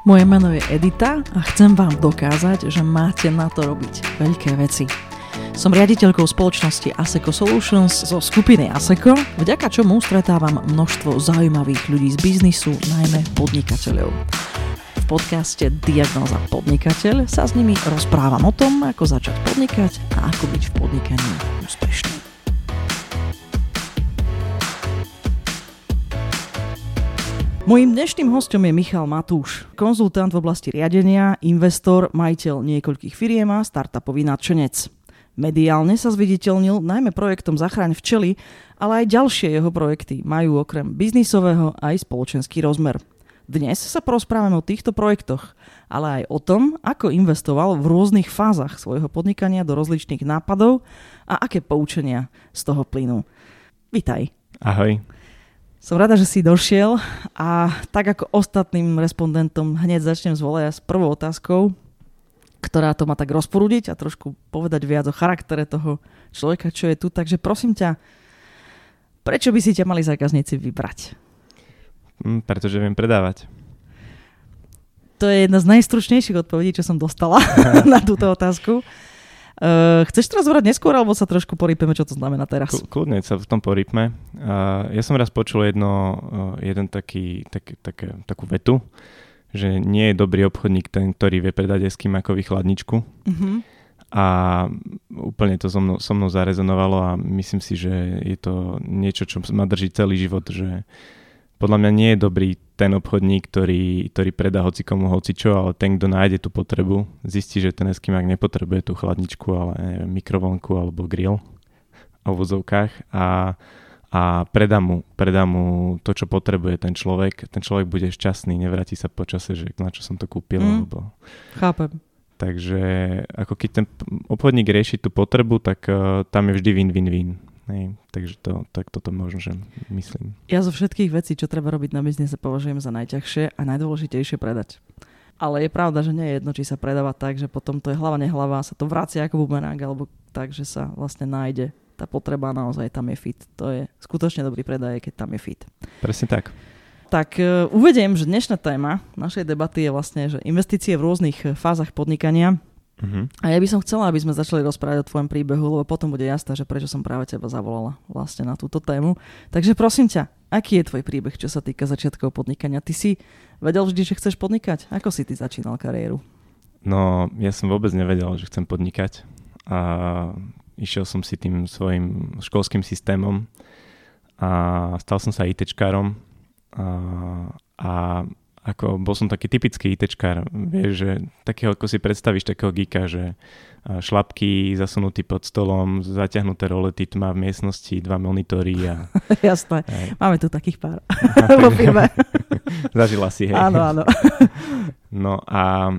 Moje meno je Edita a chcem vám dokázať, že máte na to robiť veľké veci. Som riaditeľkou spoločnosti Asseco Solutions zo skupiny Asseco, vďaka čomu stretávam množstvo zaujímavých ľudí z biznisu, najmä podnikateľov. V podcaste Diagnóza podnikateľ sa s nimi rozprávam o tom, ako začať podnikať a ako byť v podnikaní úspešný. Mojím dnešným hostom je Michal Matúš, konzultant v oblasti riadenia, investor, majiteľ niekoľkých firiem a startupový nadšenec. Mediálne sa zviditeľnil najmä projektom Zachráň včely, ale aj ďalšie jeho projekty majú okrem biznisového aj spoločenský rozmer. Dnes sa porozprávame o týchto projektoch, ale aj o tom, ako investoval v rôznych fázach svojho podnikania do rozličných nápadov a aké poučenia z toho plynú. Vitaj. Ahoj. Som rada, že si došiel a tak ako ostatným respondentom hneď začnem z voleja s prvou otázkou, ktorá to má tak rozporúdiť a trošku povedať viac o charaktere toho človeka, čo je tu. Takže prosím ťa, prečo by si ťa mali zákazníci vybrať? Pretože viem predávať. To je jedna z najstručnejších odpovedí, čo som dostala na túto otázku. Chceš to rozvrať neskôr, alebo sa trošku porýpeme, čo to znamená teraz? Kľudne sa v tom porýpme. Ja som raz počul takú vetu, že nie je dobrý obchodník ten, ktorý vie predať eskimákovi chladničku. Uh-huh. A úplne to so mnou zarezonovalo a myslím si, že je to niečo, čo ma drží celý život, že podľa mňa nie je dobrý ten obchodník, ktorý predá hocikomu hocičo, ale ten, kto nájde tú potrebu, zistí, že ten eskimák nepotrebuje tú chladničku, ale mikrovlnku alebo grill v vozovkách a predá mu to, čo potrebuje ten človek. Ten človek bude šťastný, nevráti sa po čase, že na čo som to kúpil. Chápem. Takže ako keď ten obchodník rieši tú potrebu, tak tam je vždy win-win-win. Takže toto možno, že myslím. Ja zo všetkých vecí, čo treba robiť na biznise, považujem za najťažšie a najdôležitejšie predať. Ale je pravda, že nie je jedno, či sa predáva tak, že potom to je hlava nehlava, sa to vracia ako bumerang, alebo tak, že sa vlastne nájde tá potreba, naozaj tam je fit. To je skutočne dobrý predaj, keď tam je fit. Presne tak. Tak uvediem, že dnešná téma našej debaty je vlastne, že investície v rôznych fázach podnikania. Uh-huh. A ja by som chcela, aby sme začali rozprávať o tvojom príbehu, lebo potom bude jasné, že prečo som práve teba zavolala vlastne na túto tému. Takže prosím ťa, aký je tvoj príbeh, čo sa týka začiatkov podnikania? Ty si vedel vždy, že chceš podnikať? Ako si ty začínal kariéru? No, ja som vôbec nevedel, že chcem podnikať. A išiel som si tým svojim školským systémom a stal som sa ITčkárom a ako bol som taký typický ITčkár, vieš, že takého, ako si predstavíš, takého geeka, že šlapky zasunutý pod stolom, zaťahnuté rolety, tma v miestnosti, 2 monitory a... Jasné, máme tu takých pár vo firme. Zažila si, hej. Áno. No a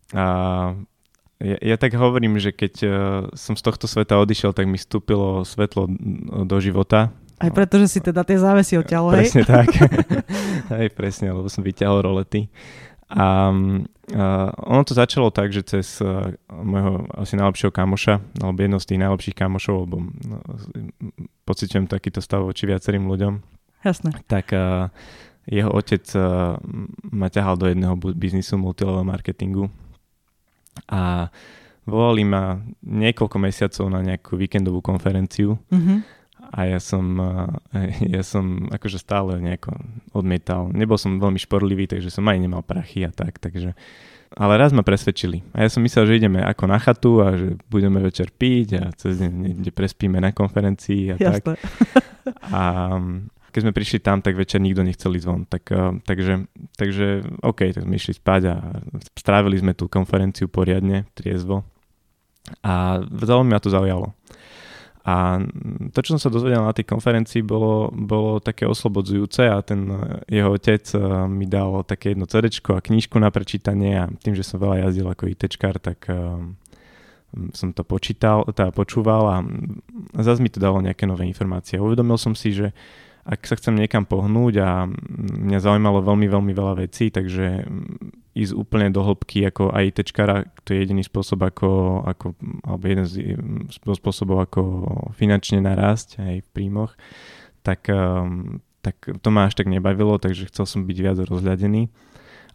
ja tak hovorím, že keď som z tohto sveta odišiel, tak mi vstúpilo svetlo do života. Aj preto, že si teda tie závesy odťahol, hej? Presne tak. Hej, presne, lebo som vyťahol rolety. A ono to začalo tak, že cez môjho asi najlepšieho kamoša, alebo jedno z tých najlepších kamošov, lebo pociťujem takýto stav voči viacerým ľuďom. Jasné. Tak jeho otec ma ťahal do jedného biznisu multilevel marketingu a volali ma niekoľko mesiacov na nejakú víkendovú konferenciu. Mhm. A ja som akože stále nejako odmietal. Nebol som veľmi šporlivý, takže som aj nemal prachy a tak, takže... Ale raz ma presvedčili. A ja som myslel, že ideme ako na chatu a že budeme večer piť a cez deň niekde prespíme na konferencii a jasné. Tak. A keď sme prišli tam, tak večer nikto nechcel ísť von. Takže OK, tak sme išli spať a strávili sme tú konferenciu poriadne, triezvo. A veľmi ma to zaujalo. A to, čo som sa dozvedel na tej konferencii, bolo také oslobodzujúce a ten jeho otec mi dal také jedno CDčko a knížku na prečítanie a tým, že som veľa jazdil ako ITčkár, tak som to počúval a zase mi to dalo nejaké nové informácie. Uvedomil som si, že ak sa chcem niekam pohnúť a mňa zaujímalo veľmi, veľmi veľa vecí, takže ísť úplne do hĺbky ako ITčkára, to je jediný spôsob alebo jeden z spôsobov, ako finančne narásť aj v príjmoch, tak to ma až tak nebavilo, takže chcel som byť viac rozhľadený.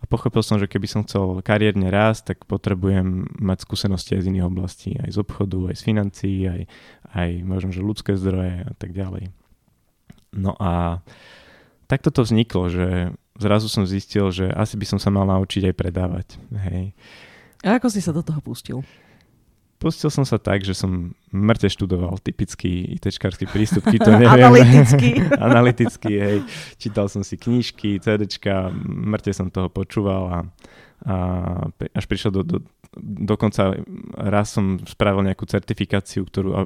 A pochopil som, že keby som chcel kariérne rásť, tak potrebujem mať skúsenosti aj z iných oblastí, aj z obchodu, aj z financií, aj možno, že ľudské zdroje a tak ďalej. No a takto to vzniklo, že zrazu som zistil, že asi by som sa mal naučiť aj predávať. Hej. A ako si sa do toho pustil? Pustil som sa tak, že som mŕte študoval typický ITčkársky prístup, či to neviem. Analytický, hej. Čítal som si knížky, CDčka, mŕte som toho počúval a až prišiel dokonca raz som spravil nejakú certifikáciu,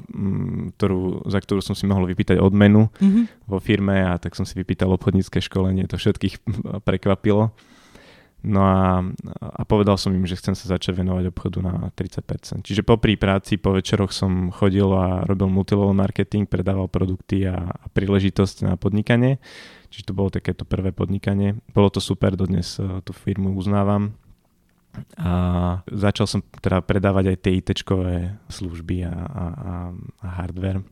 za ktorú som si mohol vypýtať odmenu vo firme a tak som si vypýtal obchodnícke školenie, to všetkých prekvapilo. No a povedal som im, že chcem sa začať venovať obchodu na 30%. Čiže popri práci, po večeroch som chodil a robil multilevel marketing, predával produkty a príležitosť na podnikanie. Čiže to bolo takéto prvé podnikanie. Bolo to super, dodnes tú firmu uznávam. A začal som teda predávať aj tie IT-čkové služby a hardware.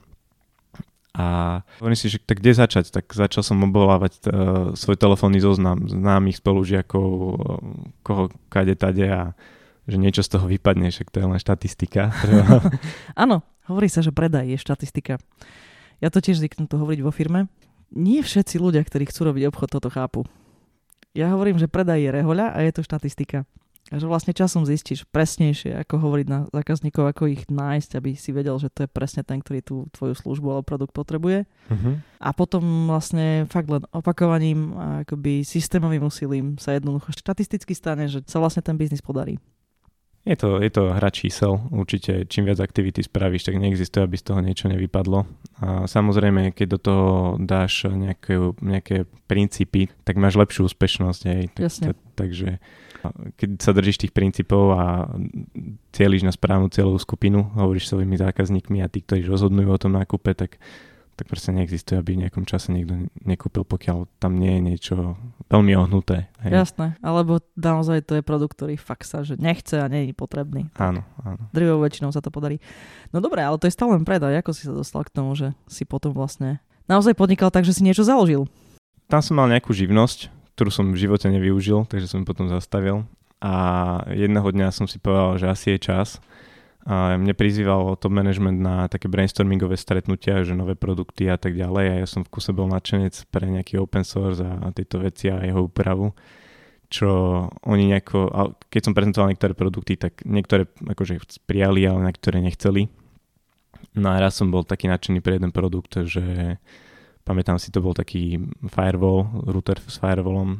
A hovorím si, že tak kde začať? Tak začal som obvolávať svoj telefónny zoznam známych spolužiakov, koho kade tade a že niečo z toho vypadne, však to je len štatistika. Áno, hovorí sa, že predaj je štatistika. Ja to tiež zvyknem tu hovoriť vo firme. Nie všetci ľudia, ktorí chcú robiť obchod, toto chápu. Ja hovorím, že predaj je rehoľa a je to štatistika. A že vlastne časom zistíš presnejšie, ako hovoriť na zákazníkov, ako ich nájsť, aby si vedel, že to je presne ten, ktorý tú tvoju službu alebo produkt potrebuje. A potom vlastne fakt len opakovaním a akoby systémovým úsilím sa jednoducho štatisticky stane, že sa vlastne ten biznis podarí. Je to hra čísel. Určite čím viac aktivity spravíš, tak neexistuje, aby z toho niečo nevypadlo. A samozrejme, keď do toho dáš nejaké princípy, tak máš lepšiu úspešnosť. Hej. Takže keď sa držíš tých princípov a cieliš na správnu cieľovú skupinu, hovoríš svojimi zákazníkmi a tí, ktorí rozhodujú o tom nákupe, tak proste neexistuje, aby v nejakom čase niekto nekúpil, pokiaľ tam nie je niečo veľmi ohnuté. Hej. Jasné, alebo naozaj to je produkt, ktorý fakt sa že nechce a nie je potrebný. Áno. Drvivou väčšinou sa to podarí. No dobré, ale to je stále len predaj. Ako si sa dostal k tomu, že si potom vlastne naozaj podnikal tak, že si niečo založil? Tam som mal nejakú živnosť, ktorú som v živote nevyužil, takže som ju potom zastavil. A jedného dňa som si povedal, že asi je čas. A mne prizýval top management na také brainstormingové stretnutia, že nové produkty a tak ďalej. A ja som v kuse bol nadšenec pre nejaký open source a tieto veci a jeho úpravu. Čo oni nejako, keď som prezentoval niektoré produkty, tak niektoré akože prijali, ale niektoré nechceli. No a raz som bol taký nadšený pre jeden produkt, že pamätám si, to bol taký firewall, router s firewallom.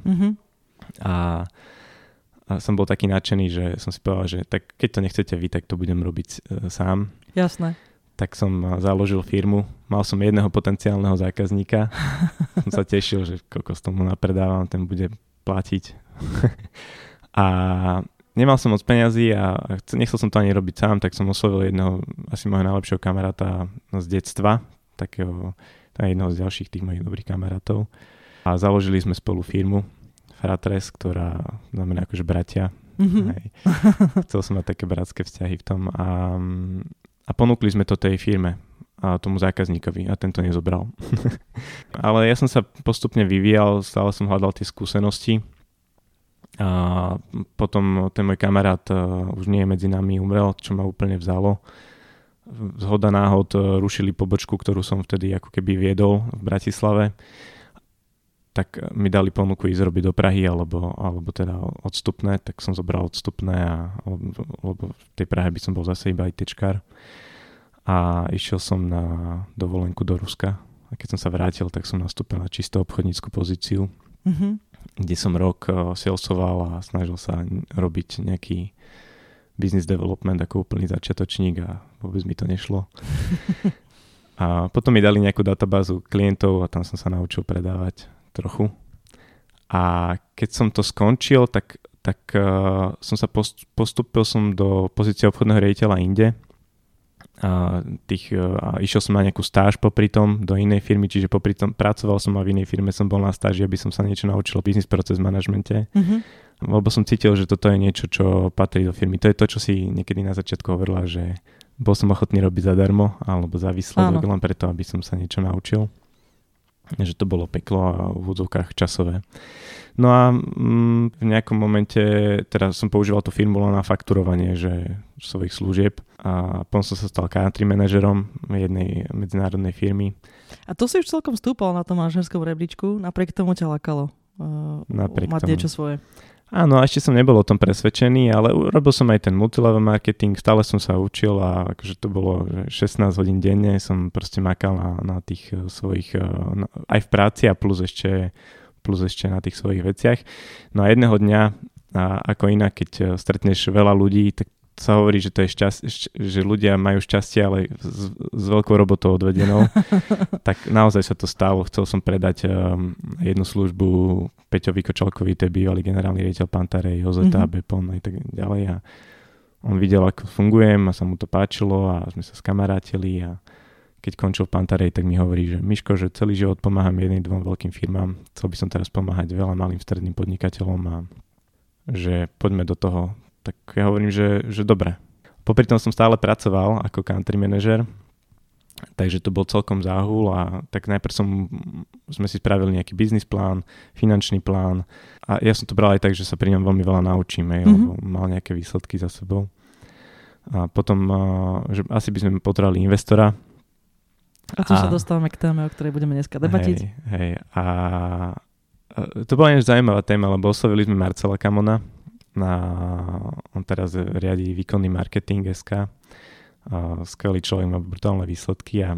A som bol taký nadšený, že som si povedal, že tak keď to nechcete vy, tak to budem robiť sám. Jasné. Tak som založil firmu. Mal som jedného potenciálneho zákazníka. Som sa tešil, že kokos tomu napredávam, ten bude platiť. A nemal som moc peňazí a nechcel som to ani robiť sám, tak som oslovil jedného, asi môjho najlepšieho kamaráta z detstva, takého jedného z ďalších tých mojich dobrých kamarátov. A založili sme spolu firmu Fratres, ktorá znamená akože bratia. Chcel som mať také bratské vzťahy v tom a ponúkli sme to tej firme a tomu zákazníkovi a tento nezobral. Ale ja som sa postupne vyvíjal, stále som hľadal tie skúsenosti a potom ten môj kamarát už nie je medzi nami, umrel, čo ma úplne vzalo. Zhoda náhod rušili pobočku, ktorú som vtedy ako keby viedol v Bratislave, tak mi dali ponuku ísť robiť do Prahy alebo teda odstupné, tak som zobral odstupné lebo v tej Prahe by som bol zase iba ITčkár a išiel som na dovolenku do Ruska a keď som sa vrátil, tak som nastúpil na čisto obchodnícku pozíciu, kde som rok salesoval a snažil sa robiť nejaký business development ako úplný začiatočník a vôbec mi to nešlo. A potom mi dali nejakú databázu klientov a tam som sa naučil predávať trochu. A keď som to skončil, tak postúpil som do pozície obchodného riaditeľa inde. A išiel som na nejakú stáž popri tom do inej firmy, čiže popri tom pracoval som a v inej firme som bol na stáži, aby som sa niečo naučil o business proces manažmente. Lebo som cítil, že toto je niečo, čo patrí do firmy. To je to, čo si niekedy na začiatku hovorila, že bol som ochotný robiť zadarmo alebo za výsledok len preto, aby som sa niečo naučil. že to bolo peklo a v úvodzovkách časové. No a v nejakom momente teda som používal tú firmu len na fakturovanie svojich služieb a potom som sa stal country manažerom jednej medzinárodnej firmy. A to si už celkom stúpal na tom manažerskom rebríčku, napriek tomu ťa lákalo mať niečo svoje. Áno, ešte som nebol o tom presvedčený, ale robil som aj ten multilevel marketing, stále som sa učil a akože to bolo 16 hodín denne, som proste makal na tých svojich, aj v práci a plus ešte na tých svojich veciach. No a jedného dňa, ako inak, keď stretneš veľa ľudí, tak sa hovorí, že to je že ľudia majú šťastie, ale s veľkou robotou odvedenou. Tak naozaj sa to stalo. Chcel som predať jednu službu Peťovi Kočalkovi, to je bývalý generálny riaditeľ Pantarej, OZTA, Bepon a tak ďalej. A on videl, ako fungujem a sa mu to páčilo a sme sa skamarátili a keď končil Pantarej, tak mi hovorí, že Miško, že celý život pomáham jedným, dvom veľkým firmám. Chcel by som teraz pomáhať veľa malým stredným podnikateľom a že poďme do toho. Tak ja hovorím, že dobre. Popri tom som stále pracoval ako country manažer, takže to bol celkom záhul a tak najprv sme si spravili nejaký biznis plán, finančný plán a ja som to bral aj tak, že sa pri ňom veľmi veľa naučím, lebo mal nejaké výsledky za sebou. A potom, že asi by sme potrebovali investora. A tu sa dostávame k téme, o ktorej budeme dneska debatiť. Hej. A to bola než zaujímavá téma, lebo oslovili sme Marcela Kamona. On teraz riadi výkonný marketing SK. Skvelý človek, má brutálne výsledky a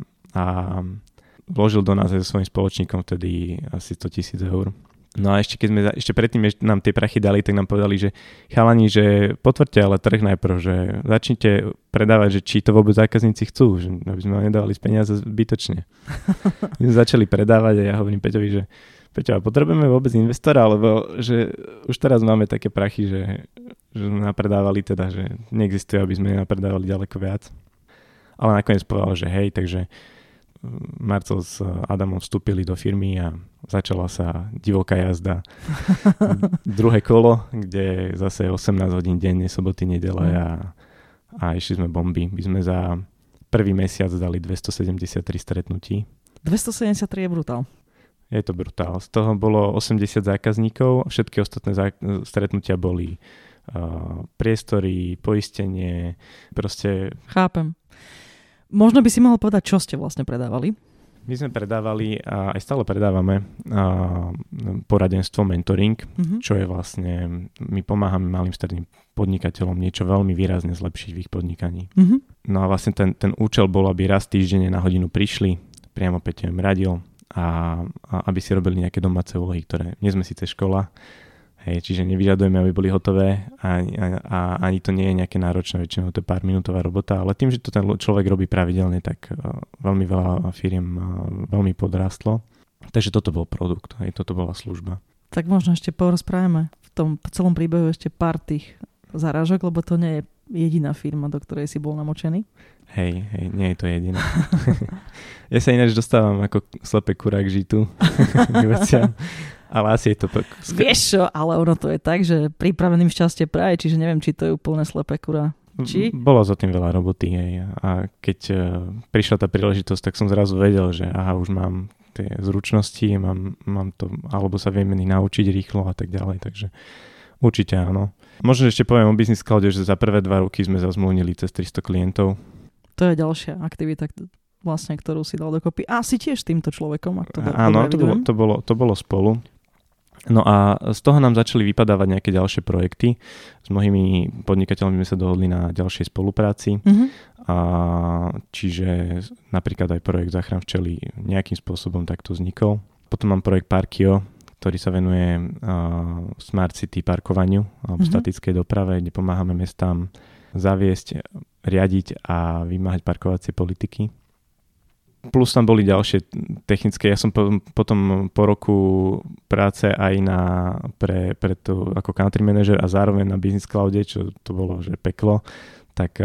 vložil do nás aj so svojím spoločníkom vtedy asi 100,000 eur. No a ešte predtým, že nám tie prachy dali, tak nám povedali, že chalani, že potvrďte ale trh najprv, že začnite predávať, že či to vôbec zákazníci chcú, že aby sme nedávali peniaze zbytočne. My sme začali predávať a ja hovorím Peťovi, že Peťo, potrebujeme vôbec investora, alebo že už teraz máme také prachy, že napredávali teda, že neexistuje, aby sme napredávali ďaleko viac. Ale nakoniec povedal, že hej, takže Marcel s Adamom vstúpili do firmy a začala sa divoká jazda. Druhé kolo, kde zase 18 hodín denne, soboty, nedele a išli sme bomby. My sme za prvý mesiac dali 273 stretnutí. 273 je brutál. Je to brutál. Z toho bolo 80 zákazníkov, všetky ostatné stretnutia boli priestory, poistenie, proste... Chápem. Možno by si mohol povedať, čo ste vlastne predávali? My sme predávali a aj stále predávame poradenstvo, mentoring, čo je vlastne, my pomáhame malým stredným podnikateľom niečo veľmi výrazne zlepšiť v ich podnikaní. No a vlastne ten účel bol, aby raz týždenne na hodinu prišli, priamo Peťo im radil a aby si robili nejaké domáce úlohy, ktoré nie sme síce škola, hej, čiže nevyžadujeme, aby boli hotové a ani to nie je nejaké náročné, väčšinou to je pár minútová robota, ale tým, že to ten človek robí pravidelne, tak veľmi veľa firiem veľmi podrástlo. Takže toto bol produkt, hej, toto bola služba. Tak možno ešte porozprávame v tom celom príbehu ešte pár tých zarážok, lebo to nie je jediná firma, do ktorej si bol namočený. Hej, nie je to jediná. Ja sa ináč dostávam ako slepé kurá k žitu. Ale asi je to... Vieš čo, ale ono to je tak, že pripraveným šťastie praje, čiže neviem, či to je úplne slepé kurá. Či? Bolo za tým veľa roboty, hej. A keď prišla tá príležitosť, tak som zrazu vedel, že už mám tie zručnosti, mám to, alebo sa viem naučiť rýchlo a tak ďalej, takže určite áno. Možno ešte poviem o Business Cloude, že za prvé 2 roky sme zazmluvnili cez 300 klientov. To je ďalšia aktivita, vlastne, ktorú si dal dokopy. A si tiež týmto človekom, ak to áno, to bolo spolu. No a z toho nám začali vypadávať nejaké ďalšie projekty. S mnohými podnikateľmi sme sa dohodli na ďalšej spolupráci. A čiže napríklad aj projekt Záchran včely nejakým spôsobom takto vznikol. Potom mám projekt Parkio, ktorý sa venuje Smart City parkovaniu alebo statickej doprave, kde pomáhame mestám zaviesť, riadiť a vymáhať parkovacie politiky. Plus tam boli ďalšie technické. Ja som potom po roku práce aj pre to ako country manager a zároveň na Business Cloude, čo to bolo že peklo, tak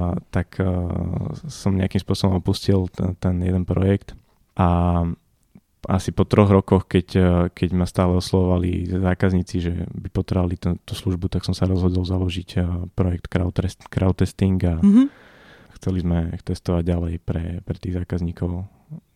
som nejakým spôsobom opustil ten jeden projekt a asi po 3 rokoch, keď ma stále oslovovali zákazníci, že by potrebovali tú službu, tak som sa rozhodol založiť projekt crowdtesting a chceli sme testovať ďalej pre tých zákazníkov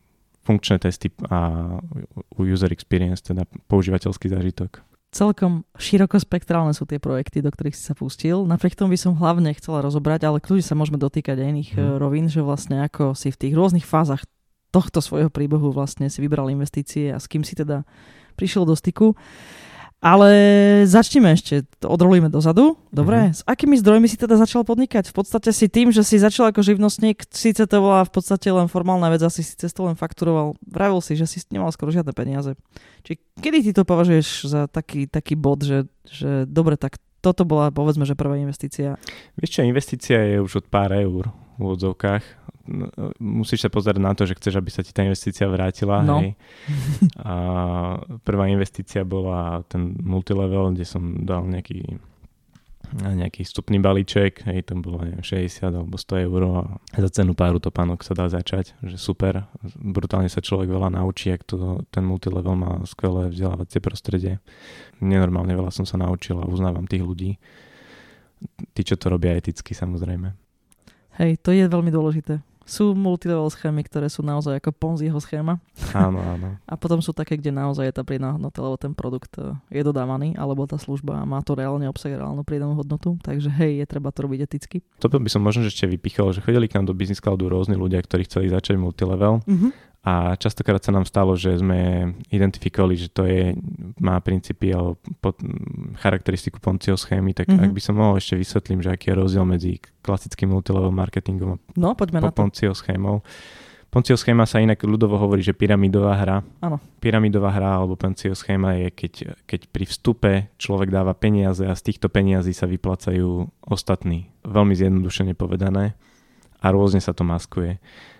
funkčné testy a user experience, teda používateľský zážitok. Celkom širokospektrálne sú tie projekty, do ktorých si sa pustil. Napriek tomu by som hlavne chcela rozobrať, ale kľudne sa môžeme dotýkať aj iných rovín, že vlastne ako si v tých rôznych fázach tohto svojho príbehu vlastne si vybral investície a s kým si teda prišiel do styku. Ale začneme ešte, odrolujeme dozadu. Dobre, s akými zdrojmi si teda začal podnikať? V podstate si tým, že si začal ako živnostník, síce to bola v podstate len formálna vec, asi si cez to len fakturoval. Vravil si, že si nemal skoro žiadne peniaze. Čiže kedy ty to považuješ za taký bod, že dobre, tak toto bola, povedzme, že prvá investícia? Vieš čo, investícia je už od pár eur v úvodzovkách. Musíš sa pozerať na to, že chceš, aby sa ti tá investícia vrátila. No. Hej. A prvá investícia bola ten multilevel, kde som dal nejaký vstupný balíček, hej, to bolo 60 alebo 100 eur a za cenu páru topánok sa dá začať, že super. Brutálne sa človek veľa naučí, ak ten multilevel má skvelé vzdelávacie prostredie. Nenormálne veľa som sa naučil a uznávam tých ľudí. Tí, čo to robia eticky, samozrejme. Hej, to je veľmi dôležité. Sú multilevel schémy, ktoré sú naozaj ako Ponziho schéma. Áno, áno. A potom sú také, kde naozaj je tá pridaná hodnota, lebo ten produkt je dodávaný, alebo tá služba má to reálne obsah, reálnu pridanú hodnotu. Takže hej, je treba to robiť eticky. Toto by som možno ešte vypichol, že chodili k nám do Business Cloudu rôzni ľudia, ktorí chceli začať multilevel. A častokrát sa nám stalo, že sme identifikovali, že to má princípy alebo charakteristiku Ponziho schémy, tak ak by som mohol ešte vysvetlím, že aký je rozdiel medzi klasickým multilevel marketingom a Ponziho schémou. Ponziho schéma sa inak ľudovo hovorí, že pyramidová hra. Áno. Pyramidová hra alebo Ponziho schéma je, keď pri vstupe človek dáva peniaze a z týchto peniazí sa vyplácajú ostatní. Veľmi zjednodušene povedané a rôzne sa to maskuje.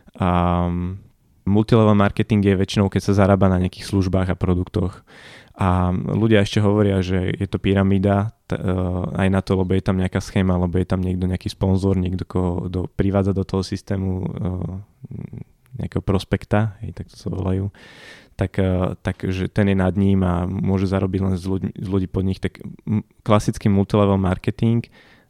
Multilevel marketing je väčšinou, keď sa zarába na nejakých službách a produktoch. A ľudia ešte hovoria, že je to pyramída aj na to, lebo je tam nejaká schéma, lebo je tam niekto, nejaký sponzor, niekto, kto privádza do toho systému nejakého prospekta, tak to sa volajú, takže ten je nad ním a môže zarobiť len z ľudí pod nich. Tak klasický multilevel marketing,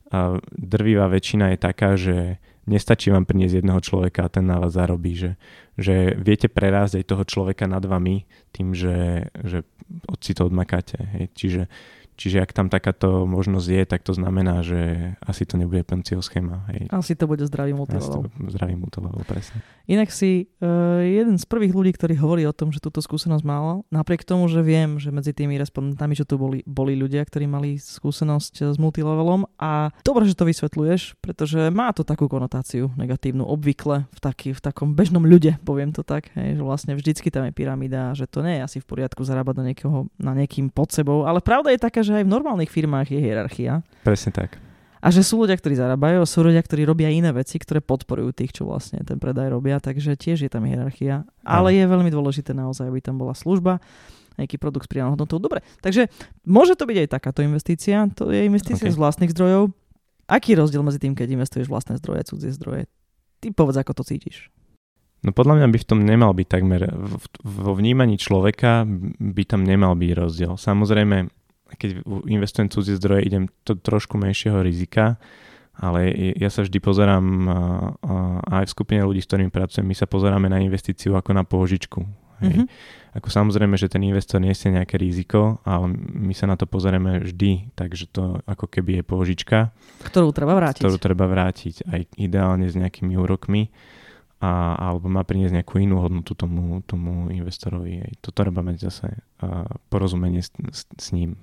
drvivá väčšina je taká, že nestačí vám priniesť jedného človeka a ten na vás zarobí, že viete prerásť aj toho človeka nad vami tým, že si to odmakáte. Hej. Čiže ak tam takáto možnosť je, tak to znamená, že asi to nebude Ponziho schéma. Hej. Asi to bude zdravý multilevel. Zdravý multilevel, presne. Inak si jeden z prvých ľudí, ktorí hovorí o tom, že túto skúsenosť mal, napriek tomu, že viem, že medzi tými respondentami, že tu boli ľudia, ktorí mali skúsenosť s multilevelom a dobre, že to vysvetľuješ, pretože má to takú konotáciu negatívnu, obvykle v takom bežnom ľude, poviem to tak, hej, že vlastne vždycky tam je pyramída, že to nie je asi v poriadku zarábať na niekým pod sebou, ale pravda je taká, že aj v normálnych firmách je hierarchia. Presne tak. A že sú ľudia, ktorí zarábajú, a sú ľudia, ktorí robia iné veci, ktoré podporujú tých, čo vlastne ten predaj robia, takže tiež je tam hierarchia. Ale je veľmi dôležité naozaj, aby tam bola služba, nejaký produkt s pridanou hodnotou. Dobre, takže môže to byť aj takáto investícia, to je investícia z vlastných zdrojov. Aký je rozdiel medzi tým, keď investuješ vlastné zdroje, cudzie zdroje? Ty povedz, ako to cítiš. No podľa mňa by v tom nemal byť takmer, vo vnímaní človeka by tam nemal byť rozdiel. Samozrejme, keď investujem cudzie zdroje, idem to trošku menšieho rizika, ale ja sa vždy pozerám aj v skupine ľudí, s ktorými pracujem, my sa pozeráme na investíciu ako na pôžičku. Hej. Ako samozrejme, že ten investor nesie nejaké riziko, ale my sa na to pozrieme vždy, takže to ako keby je pôžička, ktorú treba vrátiť aj ideálne s nejakými úrokmi alebo má priniesť nejakú inú hodnotu tomu investorovi. To treba mať zase porozumenie s ním.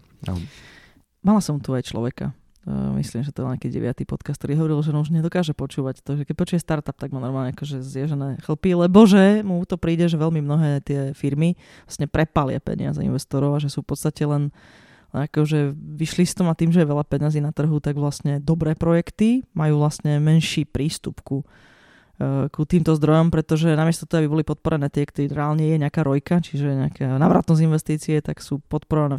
Mala som tu aj človeka, myslím, že to je nejaký 9. podcast, ktorý hovoril, že on už nedokáže počúvať to, že keď počuje startup, tak má normálne akože zježené chlpy, lebo že mu to príde, že veľmi mnohé tie firmy vlastne prepalia peniaze investorov a že sú v podstate len akože vyšli s tom a tým, že je veľa peniazí na trhu, tak vlastne dobré projekty majú vlastne menší prístup ku týmto zdrojom, pretože namiesto toho, aby boli podporené tie, ktoré reálne je nejaká rojka, čiže nejaká návratnosť investície, tak sú podporované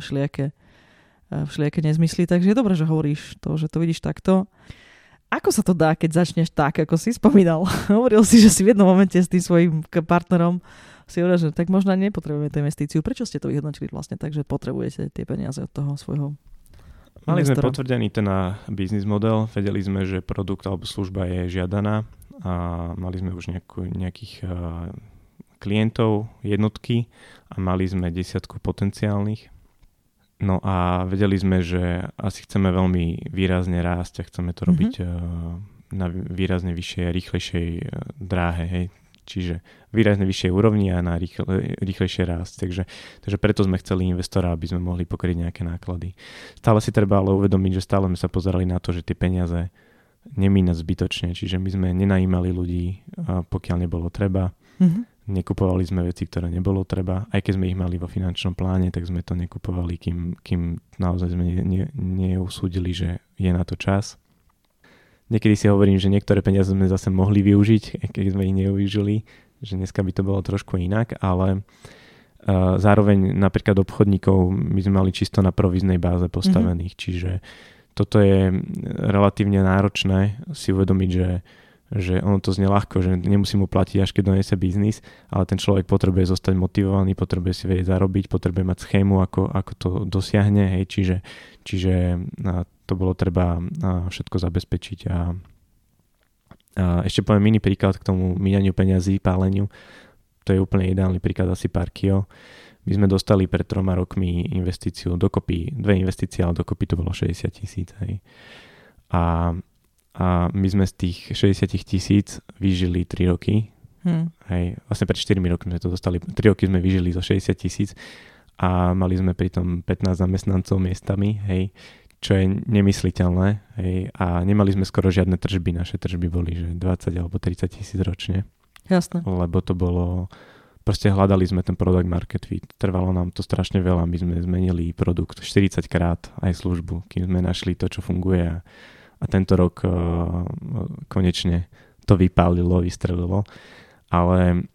všelijaké nezmysly. Takže je dobré, že hovoríš to, že to vidíš takto. Ako sa to dá, keď začneš tak, ako si spomínal? Hovoril si, že si v jednom momente s tým svojím partnerom si hovoril, že tak možno nepotrebujeme tú investíciu. Prečo ste to vyhodnotili vlastne tak, že potrebujete tie peniaze od toho svojho Mali sme potvrdený ten business model, vedeli sme, že produkt alebo služba je žiadaná a mali sme už nejakých klientov, jednotky a mali sme 10 potenciálnych. No a vedeli sme, že asi chceme veľmi výrazne rásť a chceme to robiť na výrazne vyššej a rýchlejšej dráhe, hej. Čiže výrazne vyššej úrovni a na rýchlejšie rásť. Takže preto sme chceli investora, aby sme mohli pokryť nejaké náklady. Stále si treba ale uvedomiť, že stále sme sa pozerali na to, že tie peniaze nemínať zbytočne. Čiže my sme nenajímali ľudí, pokiaľ nebolo treba. Nekupovali sme veci, ktoré nebolo treba. Aj keď sme ich mali vo finančnom pláne, tak sme to nekupovali, kým naozaj sme neusúdili, že je na to čas. Niekedy si hovorím, že niektoré peniaze sme zase mohli využiť, keď sme ich nevyužili, že dneska by to bolo trošku inak, ale zároveň napríklad obchodníkov my sme mali čisto na províznej báze postavených, čiže toto je relatívne náročné si uvedomiť, že ono to znie ľahko, že nemusí mu platiť, až keď donese biznis, ale ten človek potrebuje zostať motivovaný, potrebuje si vedieť zarobiť, potrebuje mať schému, ako to dosiahne, hej, čiže to bolo treba všetko zabezpečiť a ešte poviem mini príklad k tomu míňaniu peňazí, páleniu. To je úplne ideálny príklad asi Parkio. My sme dostali pred 3 rokmi investíciu dokopy, 2 investície, ale dokopy to bolo 60,000, hej. A my sme z tých 60,000 vyžili 3 roky. Hej, vlastne pred 4 rokmi sme to dostali. 3 roky sme vyžili zo 60,000 a mali sme pritom 15 zamestnancov miestami, hej, čo je nemysliteľné, hej, a nemali sme skoro žiadne tržby. Naše tržby boli, že 20 alebo 30,000 ročne. Jasné. Lebo to bolo, proste hľadali sme ten product market fit. Trvalo nám to strašne veľa. My sme zmenili produkt 40 krát, aj službu, kým sme našli to, čo funguje a tento rok konečne to vypálilo, vystrelilo. Ale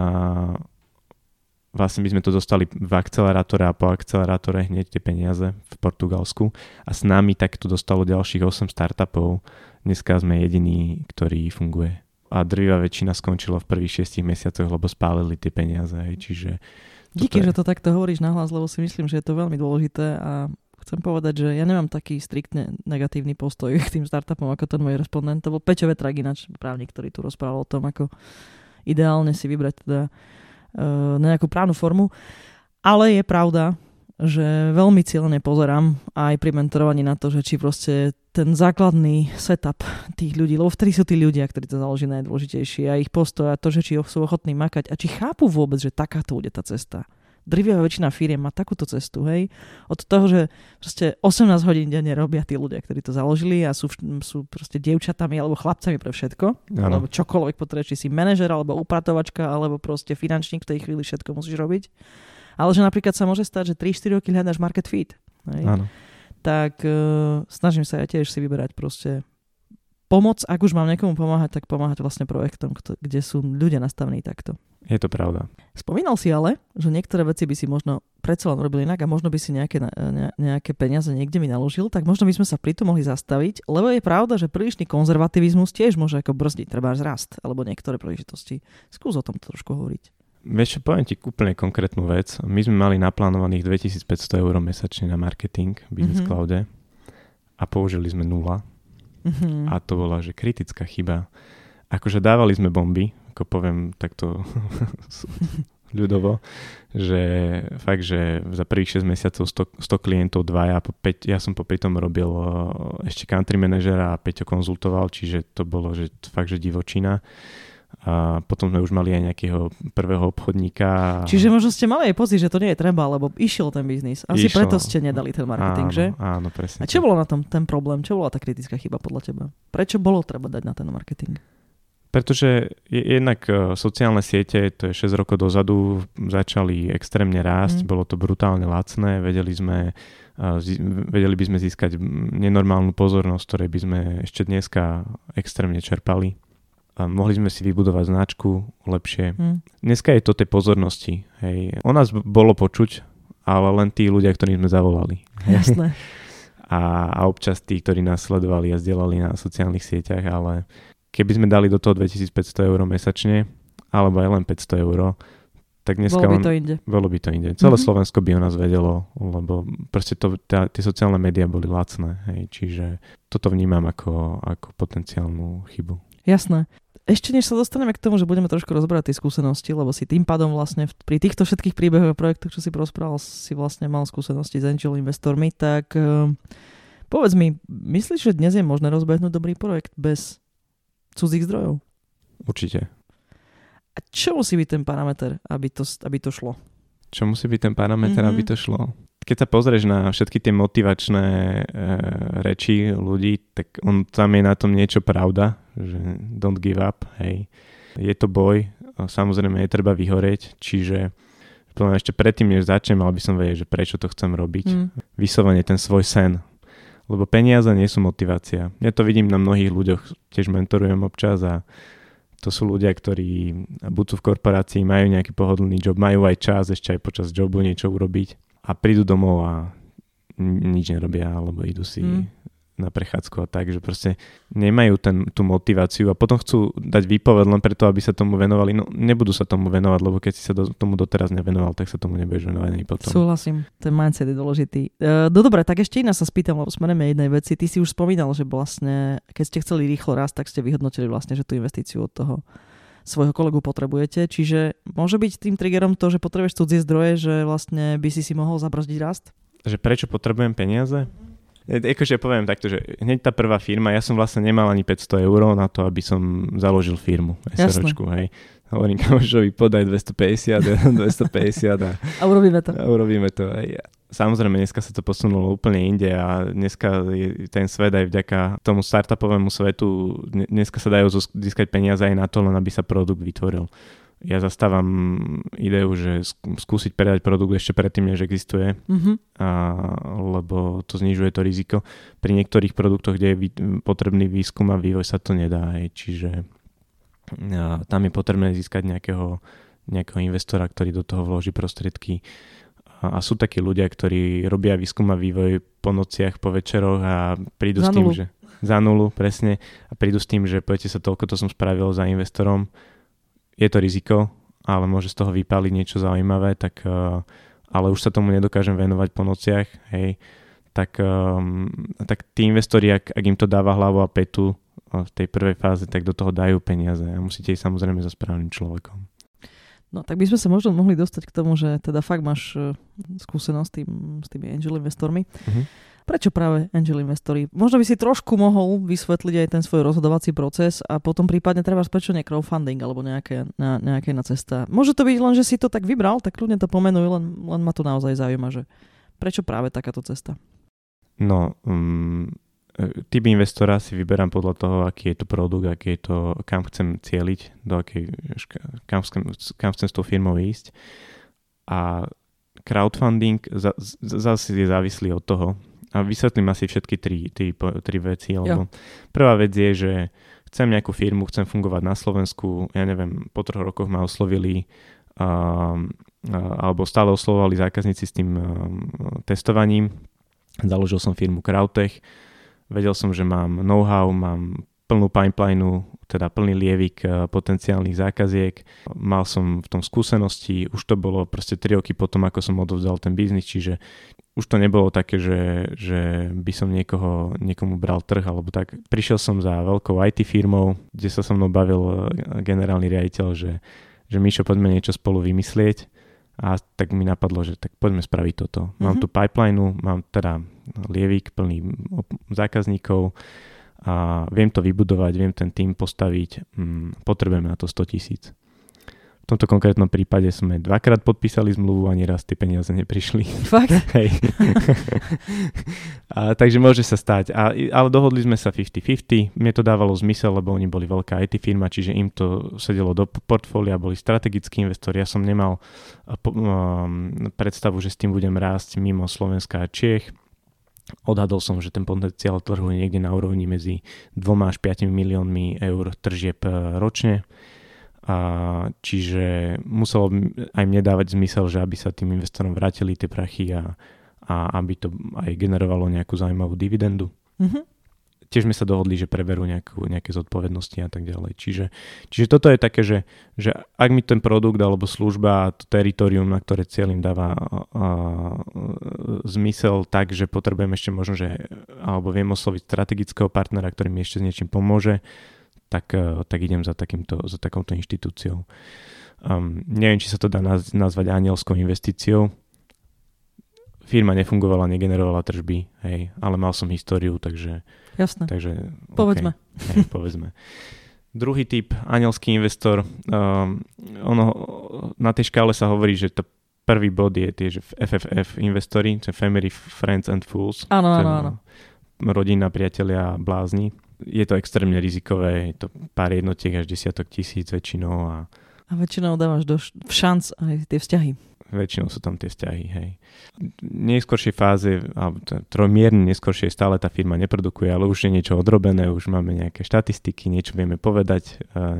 vlastne my sme to dostali v akcelerátore a po akcelerátore hneď tie peniaze v Portugalsku a s nami takto dostalo ďalších 8 startupov. Dneska sme jediní, ktorý funguje. A drvivá väčšina skončila v prvých 6 mesiacoch, lebo spálili tie peniaze. Čiže díky, že to takto hovoríš nahlas, lebo si myslím, že je to veľmi dôležité a chcem povedať, že ja nemám taký striktne negatívny postoj k tým startupom, ako ten môj respondent. To bol Peťo Vetrak, ináč právnik, ktorý tu rozprával o tom, ako ideálne si vybrať teda nejakú právnu formu. Ale je pravda, že veľmi cieľne pozerám aj pri mentorovaní na to, že či proste ten základný setup tých ľudí, lebo vtedy sú tí ľudia, ktorí to založí najdôležitejšie a ich postoj a to, že či sú ochotní makať a či chápu vôbec, že takáto bude tá cesta. Drvivá väčšina firiem má takúto cestu, hej. Od toho, že proste 18 hodín denne robia tí ľudia, ktorí to založili a sú proste dievčatami alebo chlapcami pre všetko. Alebo čokoľvek potrebuješ, či si manažer, alebo upratovačka, alebo proste finančník, v tej chvíli všetko musíš robiť. Ale že napríklad sa môže stať, že 3-4 roky hľadáš market fit. Hej. Áno. Tak snažím sa ja tiež si vyberať proste pomoc, ak už mám niekomu pomáhať, tak pomáhať vlastne projektom, kde sú ľudia nastavení takto. Je to pravda. Spomínal si ale, že niektoré veci by si možno predsa len robil inak a možno by si nejaké peniaze niekde mi naložil, tak možno by sme sa pri tom mohli zastaviť, lebo je pravda, že prílišný konzervativizmus tiež môže ako brzdiť trebárs rast alebo niektoré príležitosti. Skús o tom trošku hovoriť. Vieš čo, poviem ti úplne konkrétnu vec. My sme mali naplánovaných 2500 € mesačne na marketing v Business Cloude a použili sme 0. A to bola, že kritická chyba. Akože dávali sme bomby, ako poviem takto ľudovo, že fakt, že za prvých 6 mesiacov 100 klientov, 2 a 5, ja som popri tom robil ešte country manažera a Peťo konzultoval, čiže to bolo, že fakt, že divočina. A potom sme už mali aj nejakého prvého obchodníka. Čiže možno ste mali aj pocit, že to nie je treba, lebo išiel ten biznis. Asi preto ste nedali ten marketing, že? Áno, presne. A čo bolo na tom ten problém? Čo bola tá kritická chyba podľa teba? Prečo bolo treba dať na ten marketing? Pretože jednak sociálne siete, to je 6 rokov dozadu, začali extrémne rásť, bolo to brutálne lacné, vedeli by sme získať nenormálnu pozornosť, ktorej by sme ešte dneska extrémne čerpali. A mohli sme si vybudovať značku lepšie. Dneska je to tej pozornosti. Hej. O nás bolo počuť, ale len tí ľudia, ktorých sme zavolali. Jasné. A občas tí, ktorí nás sledovali a zdieľali na sociálnych sieťach, ale keby sme dali do toho 2500 € mesačne, alebo aj len 500 €, tak dneska bolo by to inde. Celé Slovensko by o nás vedelo, lebo proste tie sociálne médiá boli lacné. Hej. Čiže toto vnímam ako potenciálnu chybu. Jasné. Ešte než sa dostaneme k tomu, že budeme trošku rozbrať tie skúsenosti, lebo si tým pádom vlastne pri týchto všetkých príbehoch a projektoch, čo si prosprával, si vlastne mal skúsenosti s angel investormi, tak povedz mi, myslíš, že dnes je možné rozbehnúť dobrý projekt bez cudzích zdrojov? Určite. A čo musí byť ten parameter, aby to šlo? Čo musí byť ten parameter, aby to šlo? Keď sa pozrieš na všetky tie motivačné reči ľudí, tak tam je na tom niečo pravda, že don't give up, hej. Je to boj, samozrejme je treba vyhorieť, čiže ešte predtým, než začnem, mal by som vedieť, že prečo to chcem robiť. Vyslovene ten svoj sen. Lebo peniaze nie sú motivácia. Ja to vidím na mnohých ľuďoch, tiež mentorujem občas a to sú ľudia, ktorí buď sú v korporácii, majú nejaký pohodlný job, majú aj čas ešte aj počas jobu niečo urobiť a prídu domov a nič nerobia, alebo idú si na prechádzku a tak, že proste nemajú tú motiváciu a potom chcú dať výpoveď len preto, aby sa tomu venovali. No nebudú sa tomu venovať, lebo keď si sa tomu doteraz nevenoval, tak sa tomu nebudeš venovať ani potom. Súhlasím, ten mindset je dôležitý. Dobre, tak ešte iná sa spýtam, lebo smerujeme jednej veci. Ty si už spomínal, že vlastne, keď ste chceli rýchlo rásť, tak ste vyhodnotili vlastne, že tú investíciu od toho svojho kolegu potrebujete. Čiže môže byť tým triggerom to, že potrebuješ cudzie zdroje, že vlastne by si mohol zabrzdiť rast? Že prečo potrebujem peniaze? Akože poviem takto, že hneď tá prvá firma, ja som vlastne nemal ani 500 eur na to, aby som založil firmu. SROčku, hej. Hovorím kamošovi, podaj 250 a urobíme to. Hej. Samozrejme, dneska sa to posunulo úplne inde a dneska je ten svet aj vďaka tomu startupovému svetu, dneska sa dajú získať peniaze aj na to, len aby sa produkt vytvoril. Ja zastávam ideu, že skúsiť predať produkt ešte predtým, než existuje, lebo to znižuje to riziko. Pri niektorých produktoch, kde je potrebný výskum a vývoj, sa to nedá. Čiže tam je potrebné získať nejakého investora, ktorý do toho vloží prostriedky. A sú takí ľudia, ktorí robia výskum a vývoj po nociach, po večeroch a prídu s tým, že za nulu, presne, a prídu s tým, že poďte sa, toľko to som spravil za investorom. Je to riziko, ale môže z toho vypáliť niečo zaujímavé, tak, ale už sa tomu nedokážem venovať po nociach, hej, tak tí investori, ak im to dáva hlavu a petu v tej prvej fáze, tak do toho dajú peniaze a musíte ísť samozrejme so správnym človekom. No tak by sme sa možno mohli dostať k tomu, že teda fakt máš skúsenosť s tými angel investormi. Prečo práve angel investori? Možno by si trošku mohol vysvetliť aj ten svoj rozhodovací proces a potom prípadne treba prečo nie crowdfunding alebo nejaká iná cesta. Môže to byť len, že si to tak vybral, tak ľudne to pomenuj, len ma to naozaj zaujíma, že prečo práve takáto cesta? No, typ investora si vyberám podľa toho, aký je to produkt, aký je to, kam chcem cieliť, kam chcem s tou firmou ísť. A crowdfunding zase je závislý od toho. A vysvetlím asi všetky tri veci. Lebo prvá vec je, že chcem nejakú firmu, chcem fungovať na Slovensku. Ja neviem, po 3 rokoch ma oslovili alebo stále oslovovali zákazníci s tým testovaním. Založil som firmu Crowdtech. Vedel som, že mám know-how, mám plnú pipelineu, teda plný lievik potenciálnych zákaziek. Mal som v tom skúsenosti, už to bolo proste 3 roky potom, ako som odovzdal ten biznis, čiže už to nebolo také, že by som niekomu bral trh alebo tak. Prišiel som za veľkou IT firmou, kde sa so mnou bavil generálny riaditeľ, že Mišo, poďme niečo spolu vymyslieť. A tak mi napadlo, že tak poďme spraviť toto. Mám tu pipelineu, mám teda lievik plný zákazníkov a viem to vybudovať, viem ten tým postaviť, potrebujeme na to 100 000. V tomto konkrétnom prípade sme 2-krát podpísali zmluvu, ani raz tie peniaze neprišli. Fakt? Hej. Takže môže sa stať. Ale dohodli sme sa 50-50. Mne to dávalo zmysel, lebo oni boli veľká IT firma, čiže im to sedelo do portfólia, boli strategickí investori. Ja som nemal predstavu, že s tým budem rásť mimo Slovenska a Čiech. Odhadol som, že ten potenciál trhu je niekde na úrovni medzi 2 až 5 miliónmi eur tržieb ročne. Čiže muselo aj mne dávať zmysel, že aby sa tým investorom vrátili tie prachy a aby to aj generovalo nejakú zaujímavú dividendu. Tiež sme sa dohodli, že preberú nejaké zodpovednosti a tak ďalej. Čiže toto je také, že ak mi ten produkt alebo služba, to teritorium, na ktoré cieľim dáva zmysel tak, že potrebujem ešte možno, alebo viem osloviť strategického partnera, ktorý mi ešte s niečím pomôže, tak idem za takouto inštitúciou. Neviem, či sa to dá nazvať anielskou investíciou. Firma nefungovala, negenerovala tržby, hej, ale mal som históriu, takže... Jasné. Takže, povedzme. Okay, hej, povedzme. Druhý typ, anielský investor, na tej škále sa hovorí, že to prvý bod je tie, že FFF investori, čo Family, Friends and Fools. Áno. Rodina, priatelia, blázni. Je to extrémne rizikové, je to pár jednotiek až desiatok tisíc väčšinou. A väčšinou dávaš v šanc aj tie vzťahy. Väčšinou sú tam tie vzťahy, hej. V neskôršej fáze, alebo trojmierne neskôršej stále tá firma neprodukuje, ale už je niečo odrobené, už máme nejaké štatistiky, niečo vieme povedať,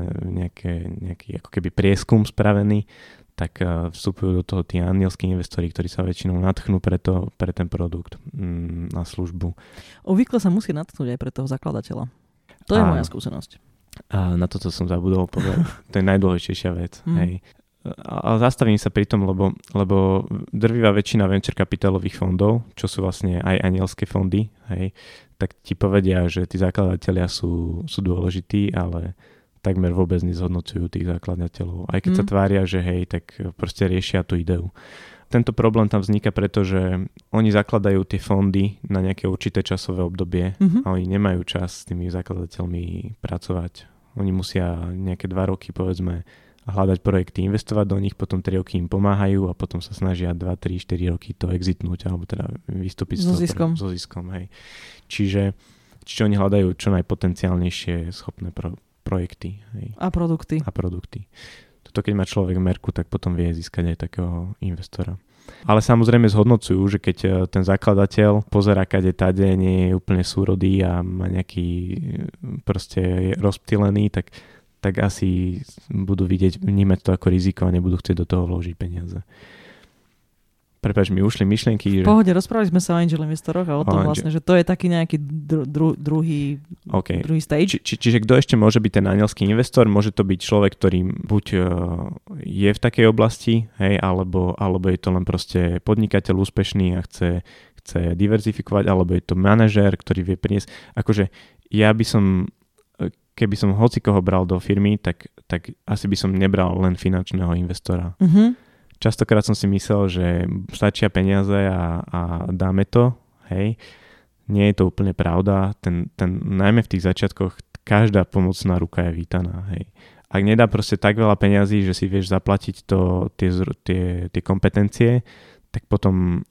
nejaký ako keby prieskum spravený, tak vstupujú do toho tí anielskí investori, ktorí sa väčšinou nadchnú pre ten produkt na službu. Obvykle sa musí nadchnúť aj pre toho zakladateľa. To je moja skúsenosť. A na toto som zabudol povedať. To je najdôležitejšia vec. Hej. Ale zastavím sa pri tom, lebo drvivá väčšina venture kapitálových fondov, čo sú vlastne aj anielské fondy, hej, tak ti povedia, že tí zakladatelia sú dôležití, ale takmer vôbec nezhodnocujú tých zakladateľov. Aj keď sa tvária, že hej, tak proste riešia tú ideu. Tento problém tam vzniká, pretože oni zakladajú tie fondy na nejaké určité časové obdobie a oni nemajú čas s tými zakladateľmi pracovať. Oni musia nejaké 2 roky, povedzme, hľadať projekty, investovať do nich, potom 3 roky im pomáhajú a potom sa snažia 2, 3, 4 roky to exitnúť alebo teda vystúpiť so ziskom. Hej. Čiže oni hľadajú čo najpotenciálnejšie schopné projekty. Hej. A produkty. Toto keď má človek merku, tak potom vie získať aj takého investora. Ale samozrejme zhodnocujú, že keď ten zakladateľ pozerá kade tade, nie je úplne súrodý a má nejaký proste rozptýlený, tak asi budú vnímať to ako riziko a nebudú chcieť do toho vložiť peniaze. Prepáč, mi ušli myšlienky. V pohode, rozprávali sme sa o angel investoroch a o tom vlastne, že to je taký nejaký druhý stage. Čiže kto ešte môže byť ten anielský investor? Môže to byť človek, ktorý buď je v takej oblasti, hej, alebo je to len proste podnikateľ úspešný a chce diverzifikovať, alebo je to manažér, ktorý vie priniesť. Akože ja by som, keby som hocikoho bral do firmy, tak asi by som nebral len finančného investora. Častokrát som si myslel, že stačia peniaze a dáme to, hej. Nie je to úplne pravda. Najmä v tých začiatkoch každá pomocná ruka je vítaná, hej. Ak nedá proste tak veľa peňazí, že si vieš zaplatiť tie kompetencie, tak potom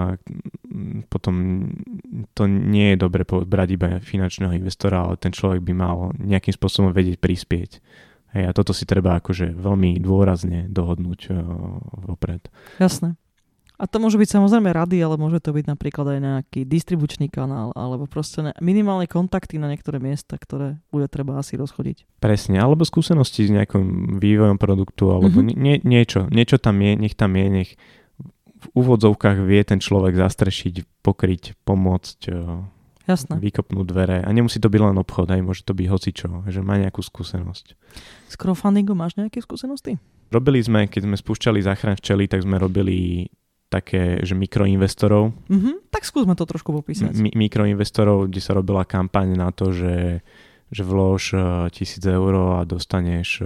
to nie je dobre brať iba finančného investora, ale ten človek by mal nejakým spôsobom vedieť prispieť. Hej, a toto si treba akože veľmi dôrazne dohodnúť vopred. Jasné. A to môže byť samozrejme rady, ale môže to byť napríklad aj nejaký distribučný kanál, alebo proste minimálne kontakty na niektoré miesta, ktoré bude treba asi rozchodiť. Presne, alebo skúsenosti s nejakým vývojom produktu, alebo niečo tam je, nech v úvodzovkách vie ten človek zastrešiť, pokryť, pomôcť, jasné, vykopnúť dvere. A nemusí to byť len obchod, aj môže to byť hocičo, že má nejakú skúsenosť. S crowdfundingom máš nejaké skúsenosti? Robili sme, keď sme spúšťali Záchran včely, tak sme robili také, že mikroinvestorov. Tak skúsme to trošku popísať. Mikroinvestorov, kde sa robila kampaň na to, že vlož 1,000 eur a dostaneš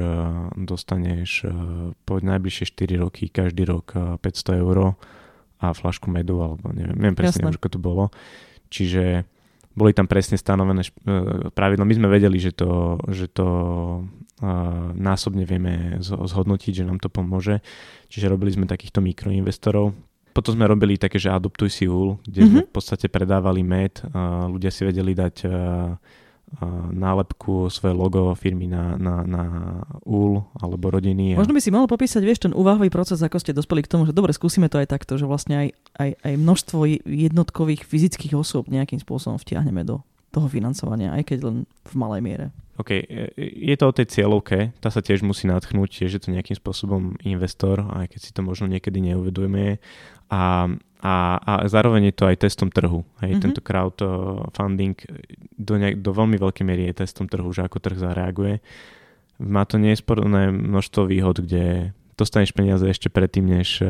po najbližšie 4 roky, každý rok 500 eur a fľašku medu, alebo neviem presne, ako to bolo. Čiže boli tam presne stanovené pravidlá. My sme vedeli, že to násobne vieme zhodnotiť, že nám to pomôže. Čiže robili sme takýchto mikroinvestorov. Potom sme robili také, že adoptuj si úl, kde sme v podstate predávali med. Ľudia si vedeli dať nálepku, svoje logo firmy na úl alebo rodiny. Možno by si mohol popísať, vieš, ten úvahový proces, ako ste dospeli k tomu, že dobre, skúsime to aj takto, že vlastne aj množstvo jednotkových fyzických osôb nejakým spôsobom vtiahneme do toho financovania, aj keď len v malej miere. OK, je to o tej cieľovke, tá sa tiež musí nadchnúť, tiež je to nejakým spôsobom investor, aj keď si to možno niekedy neuvedomuje. A zároveň je to aj testom trhu. Hej, tento crowdfunding do veľmi veľkej miery je testom trhu, že ako trh zareaguje. Má to nesporné množstvo výhod, kde dostaneš peniaze ešte predtým, než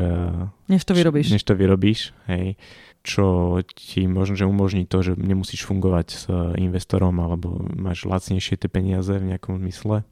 to vyrobíš, hej. Čo ti možno, že umožní to, že nemusíš fungovať s investorom alebo máš lacnejšie tie peniaze v nejakom zmysle.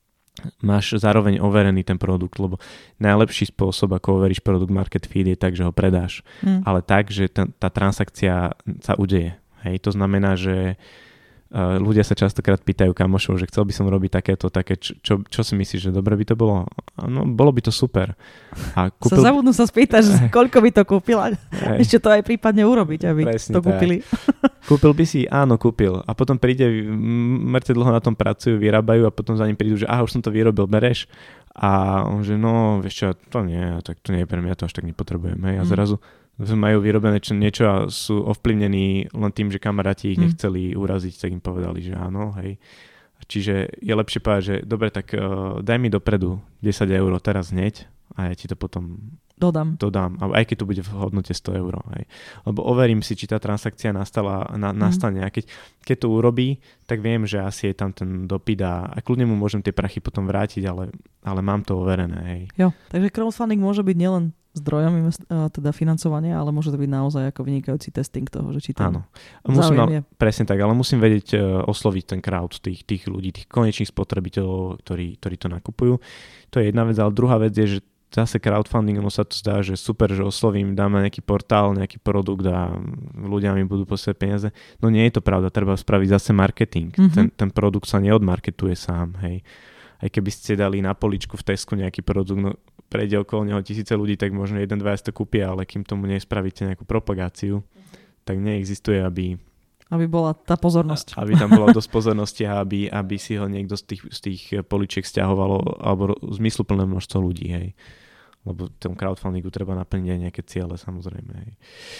Máš zároveň overený ten produkt, lebo najlepší spôsob, ako overíš produkt market fit je tak, že ho predáš. Ale tak, že tá transakcia sa udeje. Hej, to znamená, že ľudia sa častokrát pýtajú kamošov, že chcel by som robiť také, čo si myslíš, že dobre by to bolo? No, bolo by to super. A zabudnú sa spýtať, koľko by to kúpila. Ešte to aj prípadne urobiť, aby presne to kúpili. Kúpil by si? Áno, kúpil. A potom príde, mŕte dlho na tom pracujú, vyrábajú a potom za ním prídu, že už som to vyrobil, bereš? A on že no, vieš čo, to nie, tak to nie je pre mňa, to až tak nepotrebujem. Hej? A zrazu majú vyrobené niečo a sú ovplyvnení len tým, že kamaráti ich nechceli uraziť, tak im povedali, že áno, hej. Čiže je lepšie povedať, že dobre, tak daj mi dopredu 10 eur teraz hneď a ja ti to potom dodám. Aj keď to bude v hodnote 100 eur. Hej. Lebo overím si, či tá transakcia nastane. A keď to urobí, tak viem, že asi je tam ten dopyt a kľudne mu môžem tie prachy potom vrátiť, ale mám to overené. Hej. Jo, takže crowdfunding môže byť nielen zdrojom teda financovania, ale môže to byť naozaj ako vynikajúci testing toho, že či tam záujem je. Presne tak, ale musím vedieť osloviť ten crowd tých ľudí, tých konečných spotrebiteľov, ktorí to nakupujú. To je jedna vec, ale druhá vec je, že zase crowdfunding, ono sa to zdá, že super, že oslovím, dáme nejaký portál, nejaký produkt a ľudia mi budú posielať peniaze. No nie je to pravda, treba spraviť zase marketing. Ten produkt sa neodmarketuje sám, hej. Aj keby ste dali na poličku v Tesku nejaký produkt, no prejde okolo neho 1000 ľudí, tak možno 1-2 to kúpia, ale kým tomu nespravíte nejakú propagáciu, tak neexistuje, aby bola tá pozornosť. Aby tam bola dosť pozornosti a aby si ho niekto z tých poličiek stiahovalo, alebo zmysluplné množstvo ľudí, hej. Lebo tom crowdfundingu treba naplniť aj nejaké ciele, samozrejme, hej.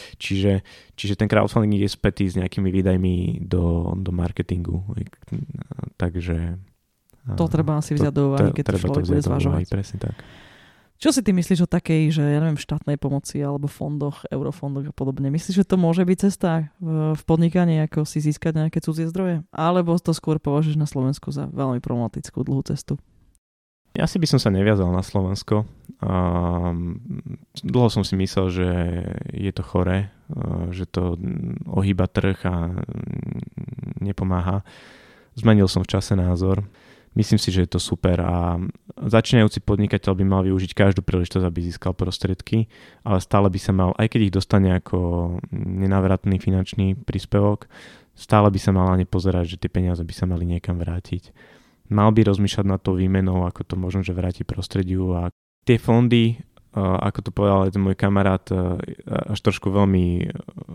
Čiže ten crowdfunding je spätý s nejakými výdajmi do marketingu. Hej. Takže to treba asi vziať do úvahy, keď to človek bude zvažovať. Presne tak. Čo si ty myslíš o takej, že ja neviem, štátnej pomoci alebo fondoch, eurofondoch a podobne? Myslíš, že to môže byť cesta v podnikaní, ako si získať nejaké cudzie zdroje? Alebo to skôr považuješ na Slovensku za veľmi problematickú dlhú cestu? Ja si by som sa neviazal na Slovensko. Dlho som si myslel, že je to choré, že to ohýba trh a nepomáha. Zmenil som v čase názor. Myslím si, že je to super a začínajúci podnikateľ by mal využiť každú príležitosť, aby získal prostriedky, ale stále by sa mal, aj keď ich dostane ako nenávratný finančný príspevok, stále by sa mal na ne pozerať, že tie peniaze by sa mali niekam vrátiť. Mal by rozmýšľať nad tou výmenou, ako to možno, že vráti prostrediu a tie fondy, ako to povedal aj ten môj kamarát, až trošku veľmi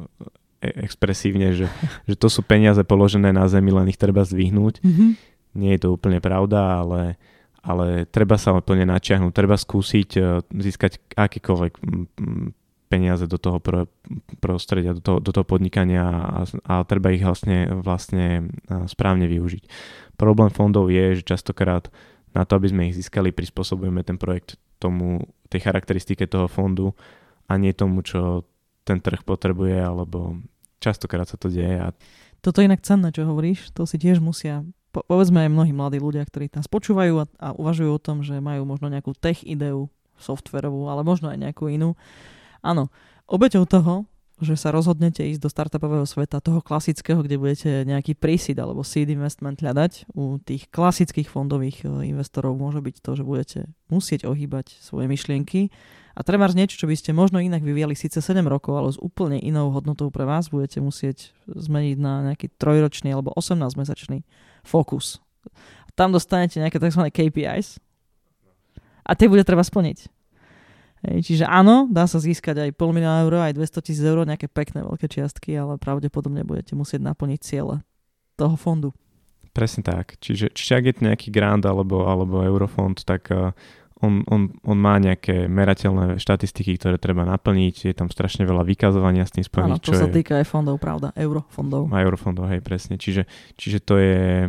expresívne, že to sú peniaze položené na zemi, len ich treba zdvihnúť. Nie je to úplne pravda, ale treba sa plne načiahnuť, treba skúsiť získať akékoľvek peniaze do toho prostredia, do toho podnikania a treba ich vlastne správne využiť. Problém fondov je, že častokrát na to, aby sme ich získali, prispôsobujeme ten projekt tej charakteristike toho fondu a nie tomu, čo ten trh potrebuje, alebo častokrát sa to deje. Toto je inak cenné, čo hovoríš, to si tiež musia povedzme aj mnohí mladí ľudia, ktorí nás počúvajú a uvažujú o tom, že majú možno nejakú tech ideu softverovú, ale možno aj nejakú inú. Áno, obeťou toho, že sa rozhodnete ísť do startupového sveta, toho klasického, kde budete nejaký pre-seed alebo seed investment hľadať, u tých klasických fondových investorov môže byť to, že budete musieť ohýbať svoje myšlienky a trebárs niečo, čo by ste možno inak vyvíjali síce 7 rokov, ale s úplne inou hodnotou pre vás budete musieť zmeniť na nejaký 3-ročný alebo 18-mesačný fokus. Tam dostanete nejaké tzv. KPIs a tie bude treba splniť. Čiže áno, dá sa získať aj 500 000 eur, aj 200 000 eur, nejaké pekné veľké čiastky, ale pravdepodobne budete musieť naplniť ciele toho fondu. Presne tak. Čiže ak je to nejaký grant alebo eurofond, tak on má nejaké merateľné štatistiky, ktoré treba naplniť. Je tam strašne veľa vykazovania s tým spojených. Áno, to sa týka aj fondov, pravda. Eurofondov. Eurofondov, hej, presne. Čiže to je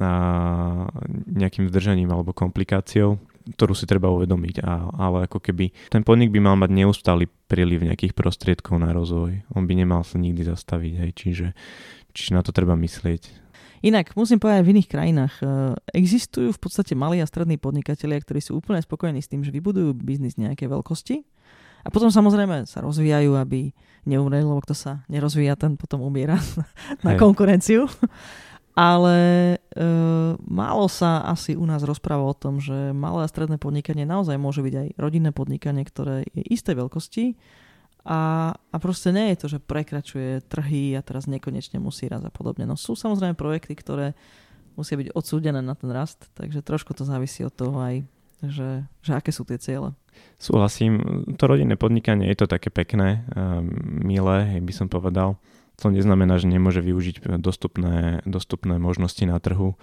nejakým zdržaním alebo komplikáciou, ktorú si treba uvedomiť. Ale ako keby ten podnik by mal mať neustály príliv nejakých prostriedkov na rozvoj. On by nemal sa nikdy zastaviť. Hej. Čiže na to treba myslieť. Inak, musím povedať, v iných krajinách existujú v podstate malí a strední podnikatelia, ktorí sú úplne spokojní s tým, že vybudujú biznis nejakej veľkosti a potom samozrejme sa rozvíjajú, aby neumreli, lebo kto sa nerozvíja, ten potom umiera na konkurenciu. Ale málo sa asi u nás rozpráva o tom, že malé a stredné podnikanie naozaj môže byť aj rodinné podnikanie, ktoré je istej veľkosti a proste nie je to, že prekračuje trhy a teraz nekonečne musí rast a podobne. No sú samozrejme projekty, ktoré musia byť odsúdené na ten rast, takže trošku to závisí od toho aj, že aké sú tie ciele. Súhlasím, to rodinné podnikanie je to také pekné, milé, by som povedal. To neznamená, že nemôže využiť dostupné možnosti na trhu,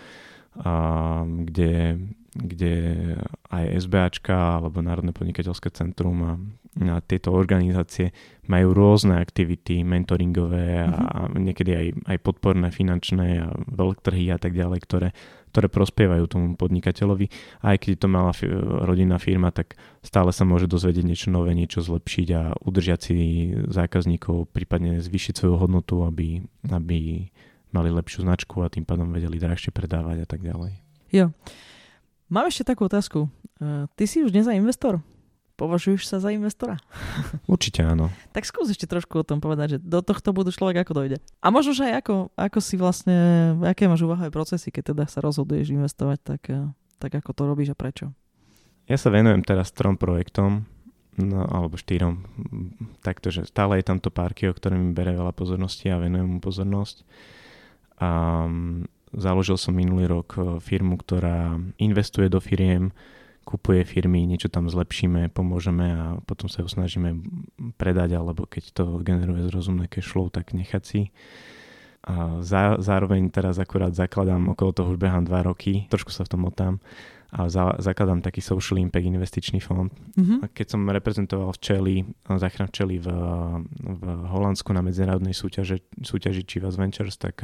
kde aj SBAčka alebo Národné podnikateľské centrum a tieto organizácie majú rôzne aktivity mentoringové a niekedy aj podporné finančné a veľktrhy a tak ďalej, ktoré prospievajú tomu podnikateľovi. A aj keď je to malá rodinná firma, tak stále sa môže dozvedieť niečo nové, niečo zlepšiť a udržať si zákazníkov, prípadne zvýšiť svoju hodnotu, aby mali lepšiu značku a tým pádom vedeli drahšie predávať a tak ďalej. Jo. Mám ešte takú otázku. Ty si už dnes aj investor? Považuješ sa za investora? Určite áno. Tak skús ešte trošku o tom povedať, že do tohto bodu človek ako dojde. A možno, že aj ako si vlastne, aké máš úvahové procesy, keď teda sa rozhoduješ investovať, tak ako to robíš a prečo? Ja sa venujem teraz 3 projektom, alebo 4. Takto, že stále je tam to Parkio, ktoré mi bere veľa pozornosti a venujem mu pozornosť. A založil som minulý rok firmu, ktorá investuje do firiem, kupuje firmy, niečo tam zlepšíme, pomôžeme a potom sa ju snažíme predať, alebo keď to generuje z rozumné cash flow, tak nechať si. A zároveň teraz akurát zakladám, okolo toho už behám 2 roky, trošku sa v tom motám, a zakladám taký social impact investičný fond. A keď som reprezentoval záchranu včely v Holandsku na medzinárodnej súťaži Chivas Ventures, tak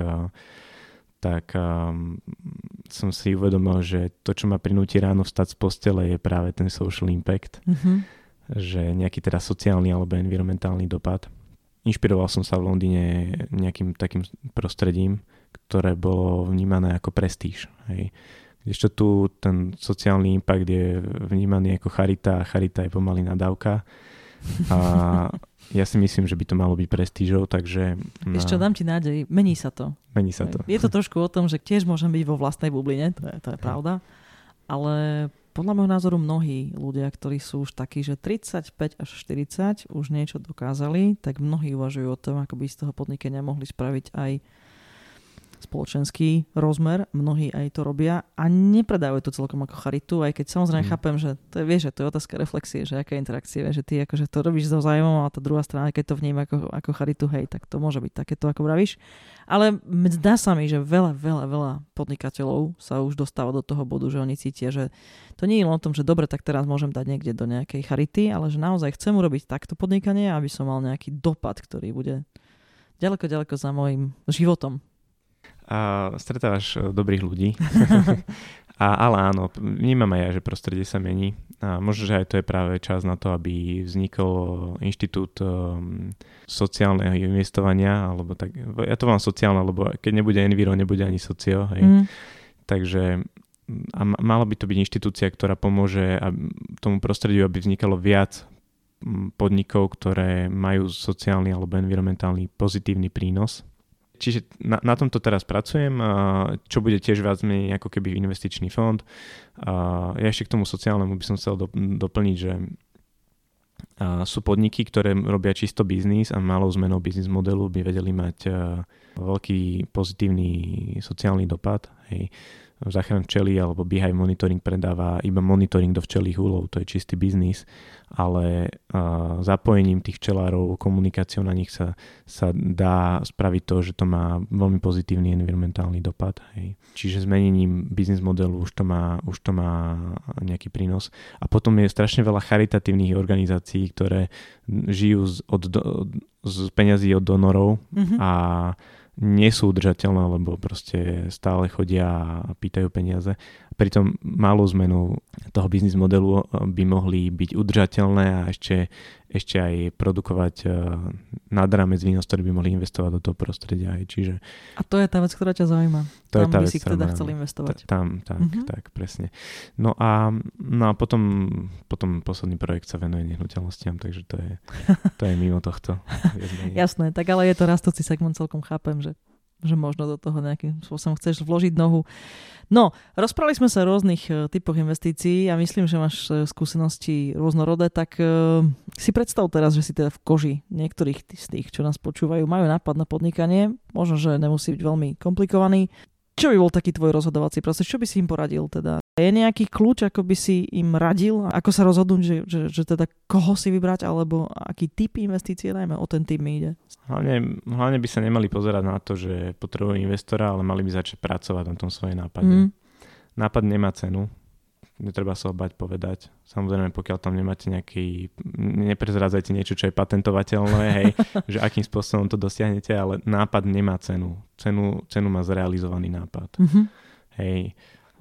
som si uvedomil, že to, čo ma prinúti ráno vstať z postele, je práve ten social impact. Že nejaký teda sociálny alebo environmentálny dopad. Inšpiroval som sa v Londýne nejakým takým prostredím, ktoré bolo vnímané ako prestíž. Hej. Kdežto tu ten sociálny impact je vnímaný ako charita a charita je pomaly nadávka. A ja si myslím, že by to malo byť prestížou, takže... Ešte dám ti nádej, mení sa to. Mení sa to. Je to trošku o tom, že tiež môžem byť vo vlastnej bubline, to je pravda, ale podľa môjho názoru mnohí ľudia, ktorí sú už takí, že 35 až 40 už niečo dokázali, tak mnohí uvažujú o tom, ako by z toho podnikania mohli spraviť aj spoločenský rozmer, mnohí aj to robia a nepredávajú to celkom ako charitu, aj keď samozrejme chápem, že to je, vieš, že to je otázka reflexie, že aká interakcia, že ty akože to robíš so zájmom a tá druhá strana, keď to vníma ako charitu, hej, tak to môže byť takéto, ako vravíš. Ale zdá sa mi, že veľa podnikateľov sa už dostáva do toho bodu, že oni cítia, že to nie je len o tom, že dobre, tak teraz môžem dať niekde do nejakej charity, ale že naozaj chcem urobiť takto podnikanie, aby som mal nejaký dopad, ktorý bude ďaleko za môjim životom. A stretávaš dobrých ľudí. Ale áno, vnímam aj ja, že prostredie sa mení. A možno, že aj to je práve čas na to, aby vznikol inštitút sociálneho investovania, alebo tak, ja to volám sociálne, lebo keď nebude enviro, nebude ani socio. Hej. Takže a mala by to byť inštitúcia, ktorá pomôže tomu prostrediu, aby vznikalo viac podnikov, ktoré majú sociálny alebo environmentálny pozitívny prínos. Čiže na tomto teraz pracujem, čo bude tiež viac menej ako keby investičný fond. Ja ešte k tomu sociálnemu by som chcel doplniť, že sú podniky, ktoré robia čisto biznis a malou zmenou biznis modelu by vedeli mať veľký pozitívny sociálny dopad. Hej. Záchran včely alebo Beehive Monitoring predáva iba monitoring do včelých úlov, to je čistý biznis, ale zapojením tých včelárov, komunikáciou na nich sa dá spraviť to, že to má veľmi pozitívny environmentálny dopad. Hej. Čiže zmenením biznis modelu už to má nejaký prínos. A potom je strašne veľa charitatívnych organizácií, ktoré žijú z peňazí od donorov a nie sú udržateľné, lebo proste stále chodia a pýtajú peniaze. pritom malú zmenu toho biznis modelu by mohli byť udržateľné a ešte aj produkovať nad rámec výnos, ktorý by mohli investovať do toho prostredia. Čiže... A to je tá vec, ktorá ťa zaujíma. To tam je tá by vec, si chcel investovať. Tak, presne. No a potom posledný projekt sa venuje nehnuteľnostiam, takže to je mimo tohto. Jasné, tak ale je to rastúci segment, celkom chápem, že možno do toho nejakým spôsobom chceš vložiť nohu. No, rozprávali sme sa o rôznych typoch investícií a myslím, že máš skúsenosti rôznorodé, tak si predstav teraz, že si teda v koži niektorých z tých, čo nás počúvajú, majú nápad na podnikanie, možno, že nemusí byť veľmi komplikovaný. Čo by bol taký tvoj rozhodovací proces? Čo by si im poradil teda? Je nejaký kľúč, ako by si im radil? Ako sa rozhodnúť, že teda koho si vybrať, alebo aký typ investície, najmä o ten typ mi ide? Hlavne by sa nemali pozerať na to, že potrebujú investora, ale mali by začať pracovať na tom svojej nápade. Nápad nemá cenu. Netreba sa ho bať povedať. Samozrejme, pokiaľ tam nemáte neprezrádzajte niečo, čo je patentovateľné, hej, že akým spôsobom to dosiahnete, ale nápad nemá cenu. Cenu má zrealizovaný nápad. Hej.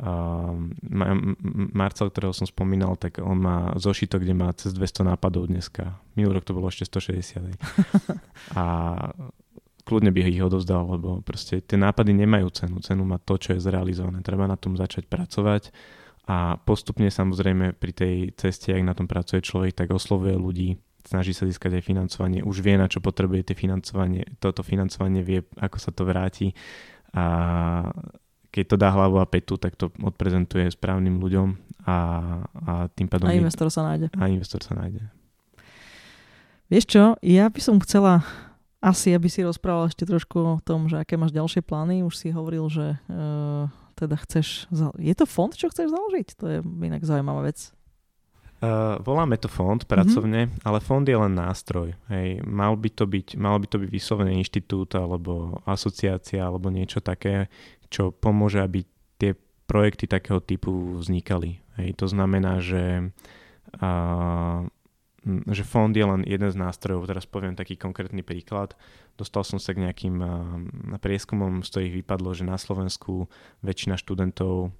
Marcel, ktorého som spomínal, tak on má zošitok, kde má cez 200 nápadov dneska. Minulý rok to bolo ešte 160. A kľudne by ich odovzdal, lebo proste tie nápady nemajú cenu. Cenu má to, čo je zrealizované. Treba na tom začať pracovať a postupne samozrejme pri tej ceste, ak na tom pracuje človek, tak oslovuje ľudí, snaží sa získať aj financovanie, už vie, na čo potrebuje toto financovanie vie, ako sa to vráti a keď to dá hlavu a petu, tak to odprezentuje správnym ľuďom a tým pádom... A investor sa nájde. Vieš čo, ja by som chcela asi, aby si rozprával ešte trošku o tom, že aké máš ďalšie plány. Už si hovoril, že teda chceš... Je to fond, čo chceš založiť? To je inak zaujímavá vec. Voláme to fond pracovne, ale fond je len nástroj. Hej. Malo by to byť vyslovene inštitút alebo asociácia alebo niečo také, čo pomôže, aby tie projekty takého typu vznikali. Hej. To znamená, že fond je len jeden z nástrojov. Teraz poviem taký konkrétny príklad. Dostal som sa k nejakým prieskumom, z ktorých vypadlo, že na Slovensku väčšina študentov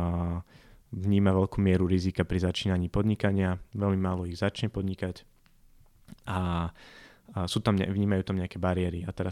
vníma veľkú mieru rizika pri začínaní podnikania. Veľmi málo ich začne podnikať a vnímajú tam nejaké bariéry. A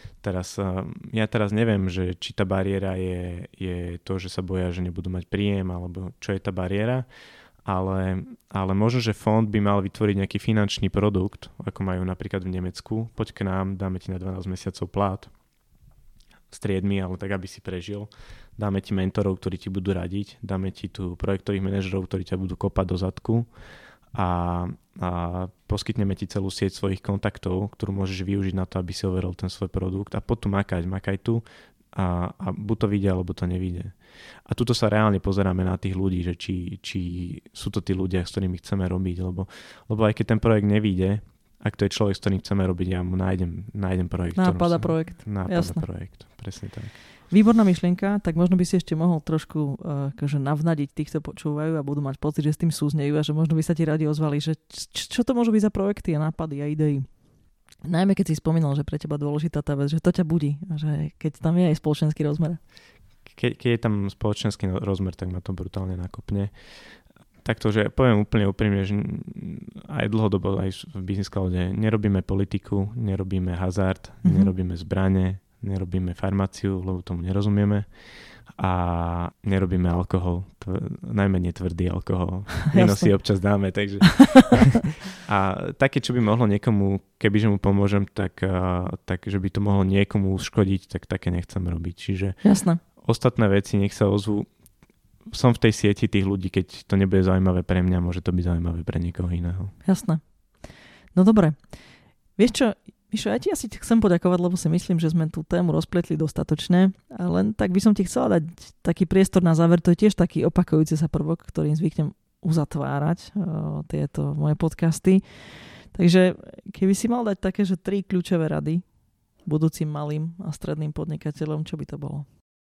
ja teraz neviem, že či tá bariéra je to, že sa boja, že nebudú mať príjem, alebo čo je tá bariéra. Ale možno, že fond by mal vytvoriť nejaký finančný produkt, ako majú napríklad v Nemecku. Poď k nám, dáme ti na 12 mesiacov plát s triedmi, ale tak, aby si prežil. Dáme ti mentorov, ktorí ti budú radiť, dáme ti tu projektových manažerov, ktorí ťa budú kopať do zadku a poskytneme ti celú sieť svojich kontaktov, ktorú môžeš využiť na to, aby si overil ten svoj produkt a potom makaj tu a buď to vyjde, alebo to nevyjde. A tuto sa reálne pozeráme na tých ľudí, že či sú to tí ľudia, s ktorými chceme robiť, lebo aj keď ten projekt nevyjde, ak to je človek, s ktorým chceme robiť, ja mu nájdem projekt. Nápada projekt, presne tak. Výborná myšlienka, tak možno by si ešte mohol trošku navnadiť tých, čo počúvajú a budú mať pocit, že s tým súznejú a že možno by sa ti radi ozvali, že čo to môžu byť za projekty a nápady a idei. Najmä keď si spomínal, že pre teba dôležitá tá vec, že to ťa budí a že keď tam je aj spoločenský rozmer. Keď je tam spoločenský rozmer, tak ma to brutálne nakopne. Takto, že poviem úplne úprimne, že aj dlhodobo aj v Business Cloude nerobíme politiku, nerobíme hazard, nerobíme zbrane, nerobíme farmáciu, lebo tomu nerozumieme a nerobíme alkohol, najmenej tvrdý alkohol. Víno si občas dáme, takže a také, čo by mohlo niekomu, kebyže mu pomôžem, tak že by to mohlo niekomu uškodiť, tak také nechcem robiť. Čiže jasné. Ostatné veci nech sa ozvú. Som v tej sieti tých ľudí, keď to nebude zaujímavé pre mňa, môže to byť zaujímavé pre niekoho iného. Jasné. No dobre. Vieš čo, Mišo, ja ti asi chcem poďakovať, lebo si myslím, že sme tú tému rozpletli dostatočne. A len tak by som ti chcela dať taký priestor na záver. To je tiež taký opakujúci sa prvok, ktorým zvyknem uzatvárať tieto moje podcasty. Takže keby si mal dať také, že 3 kľúčové rady budúcim malým a stredným podnikateľom, čo by to bolo?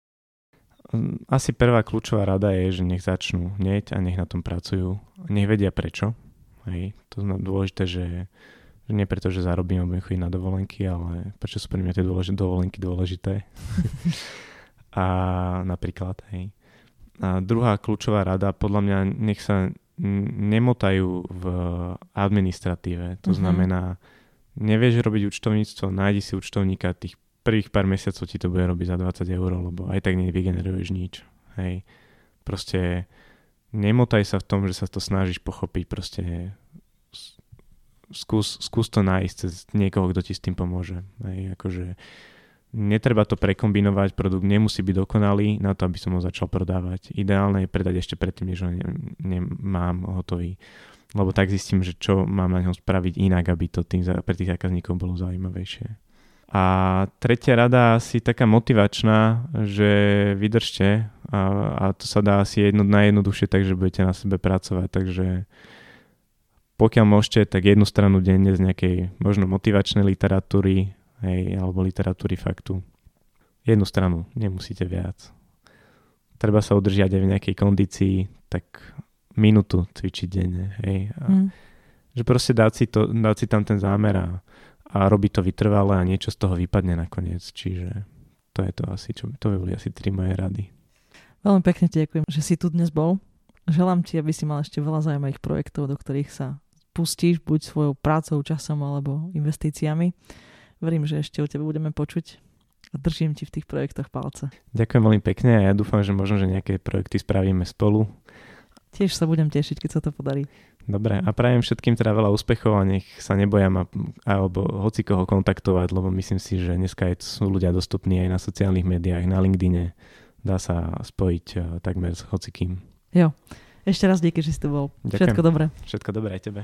Asi prvá kľúčová rada je, že nech začnú hneď a nech na tom pracujú. Nech vedia prečo. Hej. To je dôležité, že nie preto, že zarobím a budem chodiť na dovolenky, ale prečo sú pre mňa tie dovolenky dôležité. A napríklad, hej. A druhá kľúčová rada, podľa mňa, nech sa nemotajú v administratíve. To znamená, nevieš robiť účtovníctvo, nájdi si účtovníka, tých prvých pár mesiacov ti to bude robiť za 20 eur, lebo aj tak nevygeneruješ nič. Hej. Proste nemotaj sa v tom, že sa to snažíš pochopiť, proste skús to nájsť cez niekoho, kto ti s tým pomôže. Hej, akože netreba to prekombinovať, produkt nemusí byť dokonalý na to, aby som ho začal prodávať. Ideálne je predať ešte predtým, než ho nemám hotový. Lebo tak zistím, že čo mám na ňom spraviť inak, aby to pre tých zákazníkov bolo zaujímavejšie. A tretia rada asi taká motivačná, že vydržte a to sa dá asi najjednoduchšie, takže budete na sebe pracovať, takže pokiaľ môžete, tak jednu stranu denne z nejakej možno motivačnej literatúry, hej, alebo literatúry faktu. Jednu stranu, nemusíte viac. Treba sa udržiať aj v nejakej kondícii, tak minútu cvičiť denne, hej. Že proste dať si tam ten zámer a robiť to vytrvale a niečo z toho vypadne nakoniec. Čiže to je to asi, to by boli asi 3 moje rady. Veľmi pekne ti ďakujem, že si tu dnes bol. Želám ti, aby si mal ešte veľa zaujímavých projektov, do ktorých sa pustíš, buď svojou prácou, časom alebo investíciami. Verím, že ešte o tebe budeme počuť a držím ti v tých projektoch palce. Ďakujem veľmi pekne a ja dúfam, že možno, že nejaké projekty spravíme spolu. Tiež sa budem tešiť, keď sa to podarí. Dobre, a prajem všetkým teda veľa úspechov a nech sa nebojam alebo hoci koho kontaktovať, lebo myslím si, že dneska sú ľudia dostupní aj na sociálnych médiách, na LinkedIne. Dá sa spojiť takmer s hocikým. Jo, ešte raz díky, že si tu bol. Ďakujem. Všetko dobré. Všetko dobré aj tebe.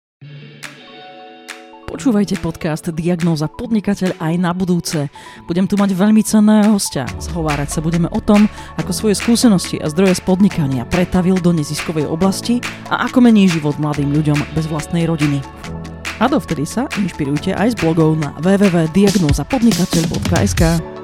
Počúvajte podcast Diagnóza podnikateľ aj na budúce. Budem tu mať veľmi cenného hostia. Zhovárať sa budeme o tom, ako svoje skúsenosti a zdroje z podnikania pretavil do neziskovej oblasti a ako mení život mladým ľuďom bez vlastnej rodiny. A dovtedy sa inšpirujte aj z blogov na www.diagnozapodnikateľ.sk.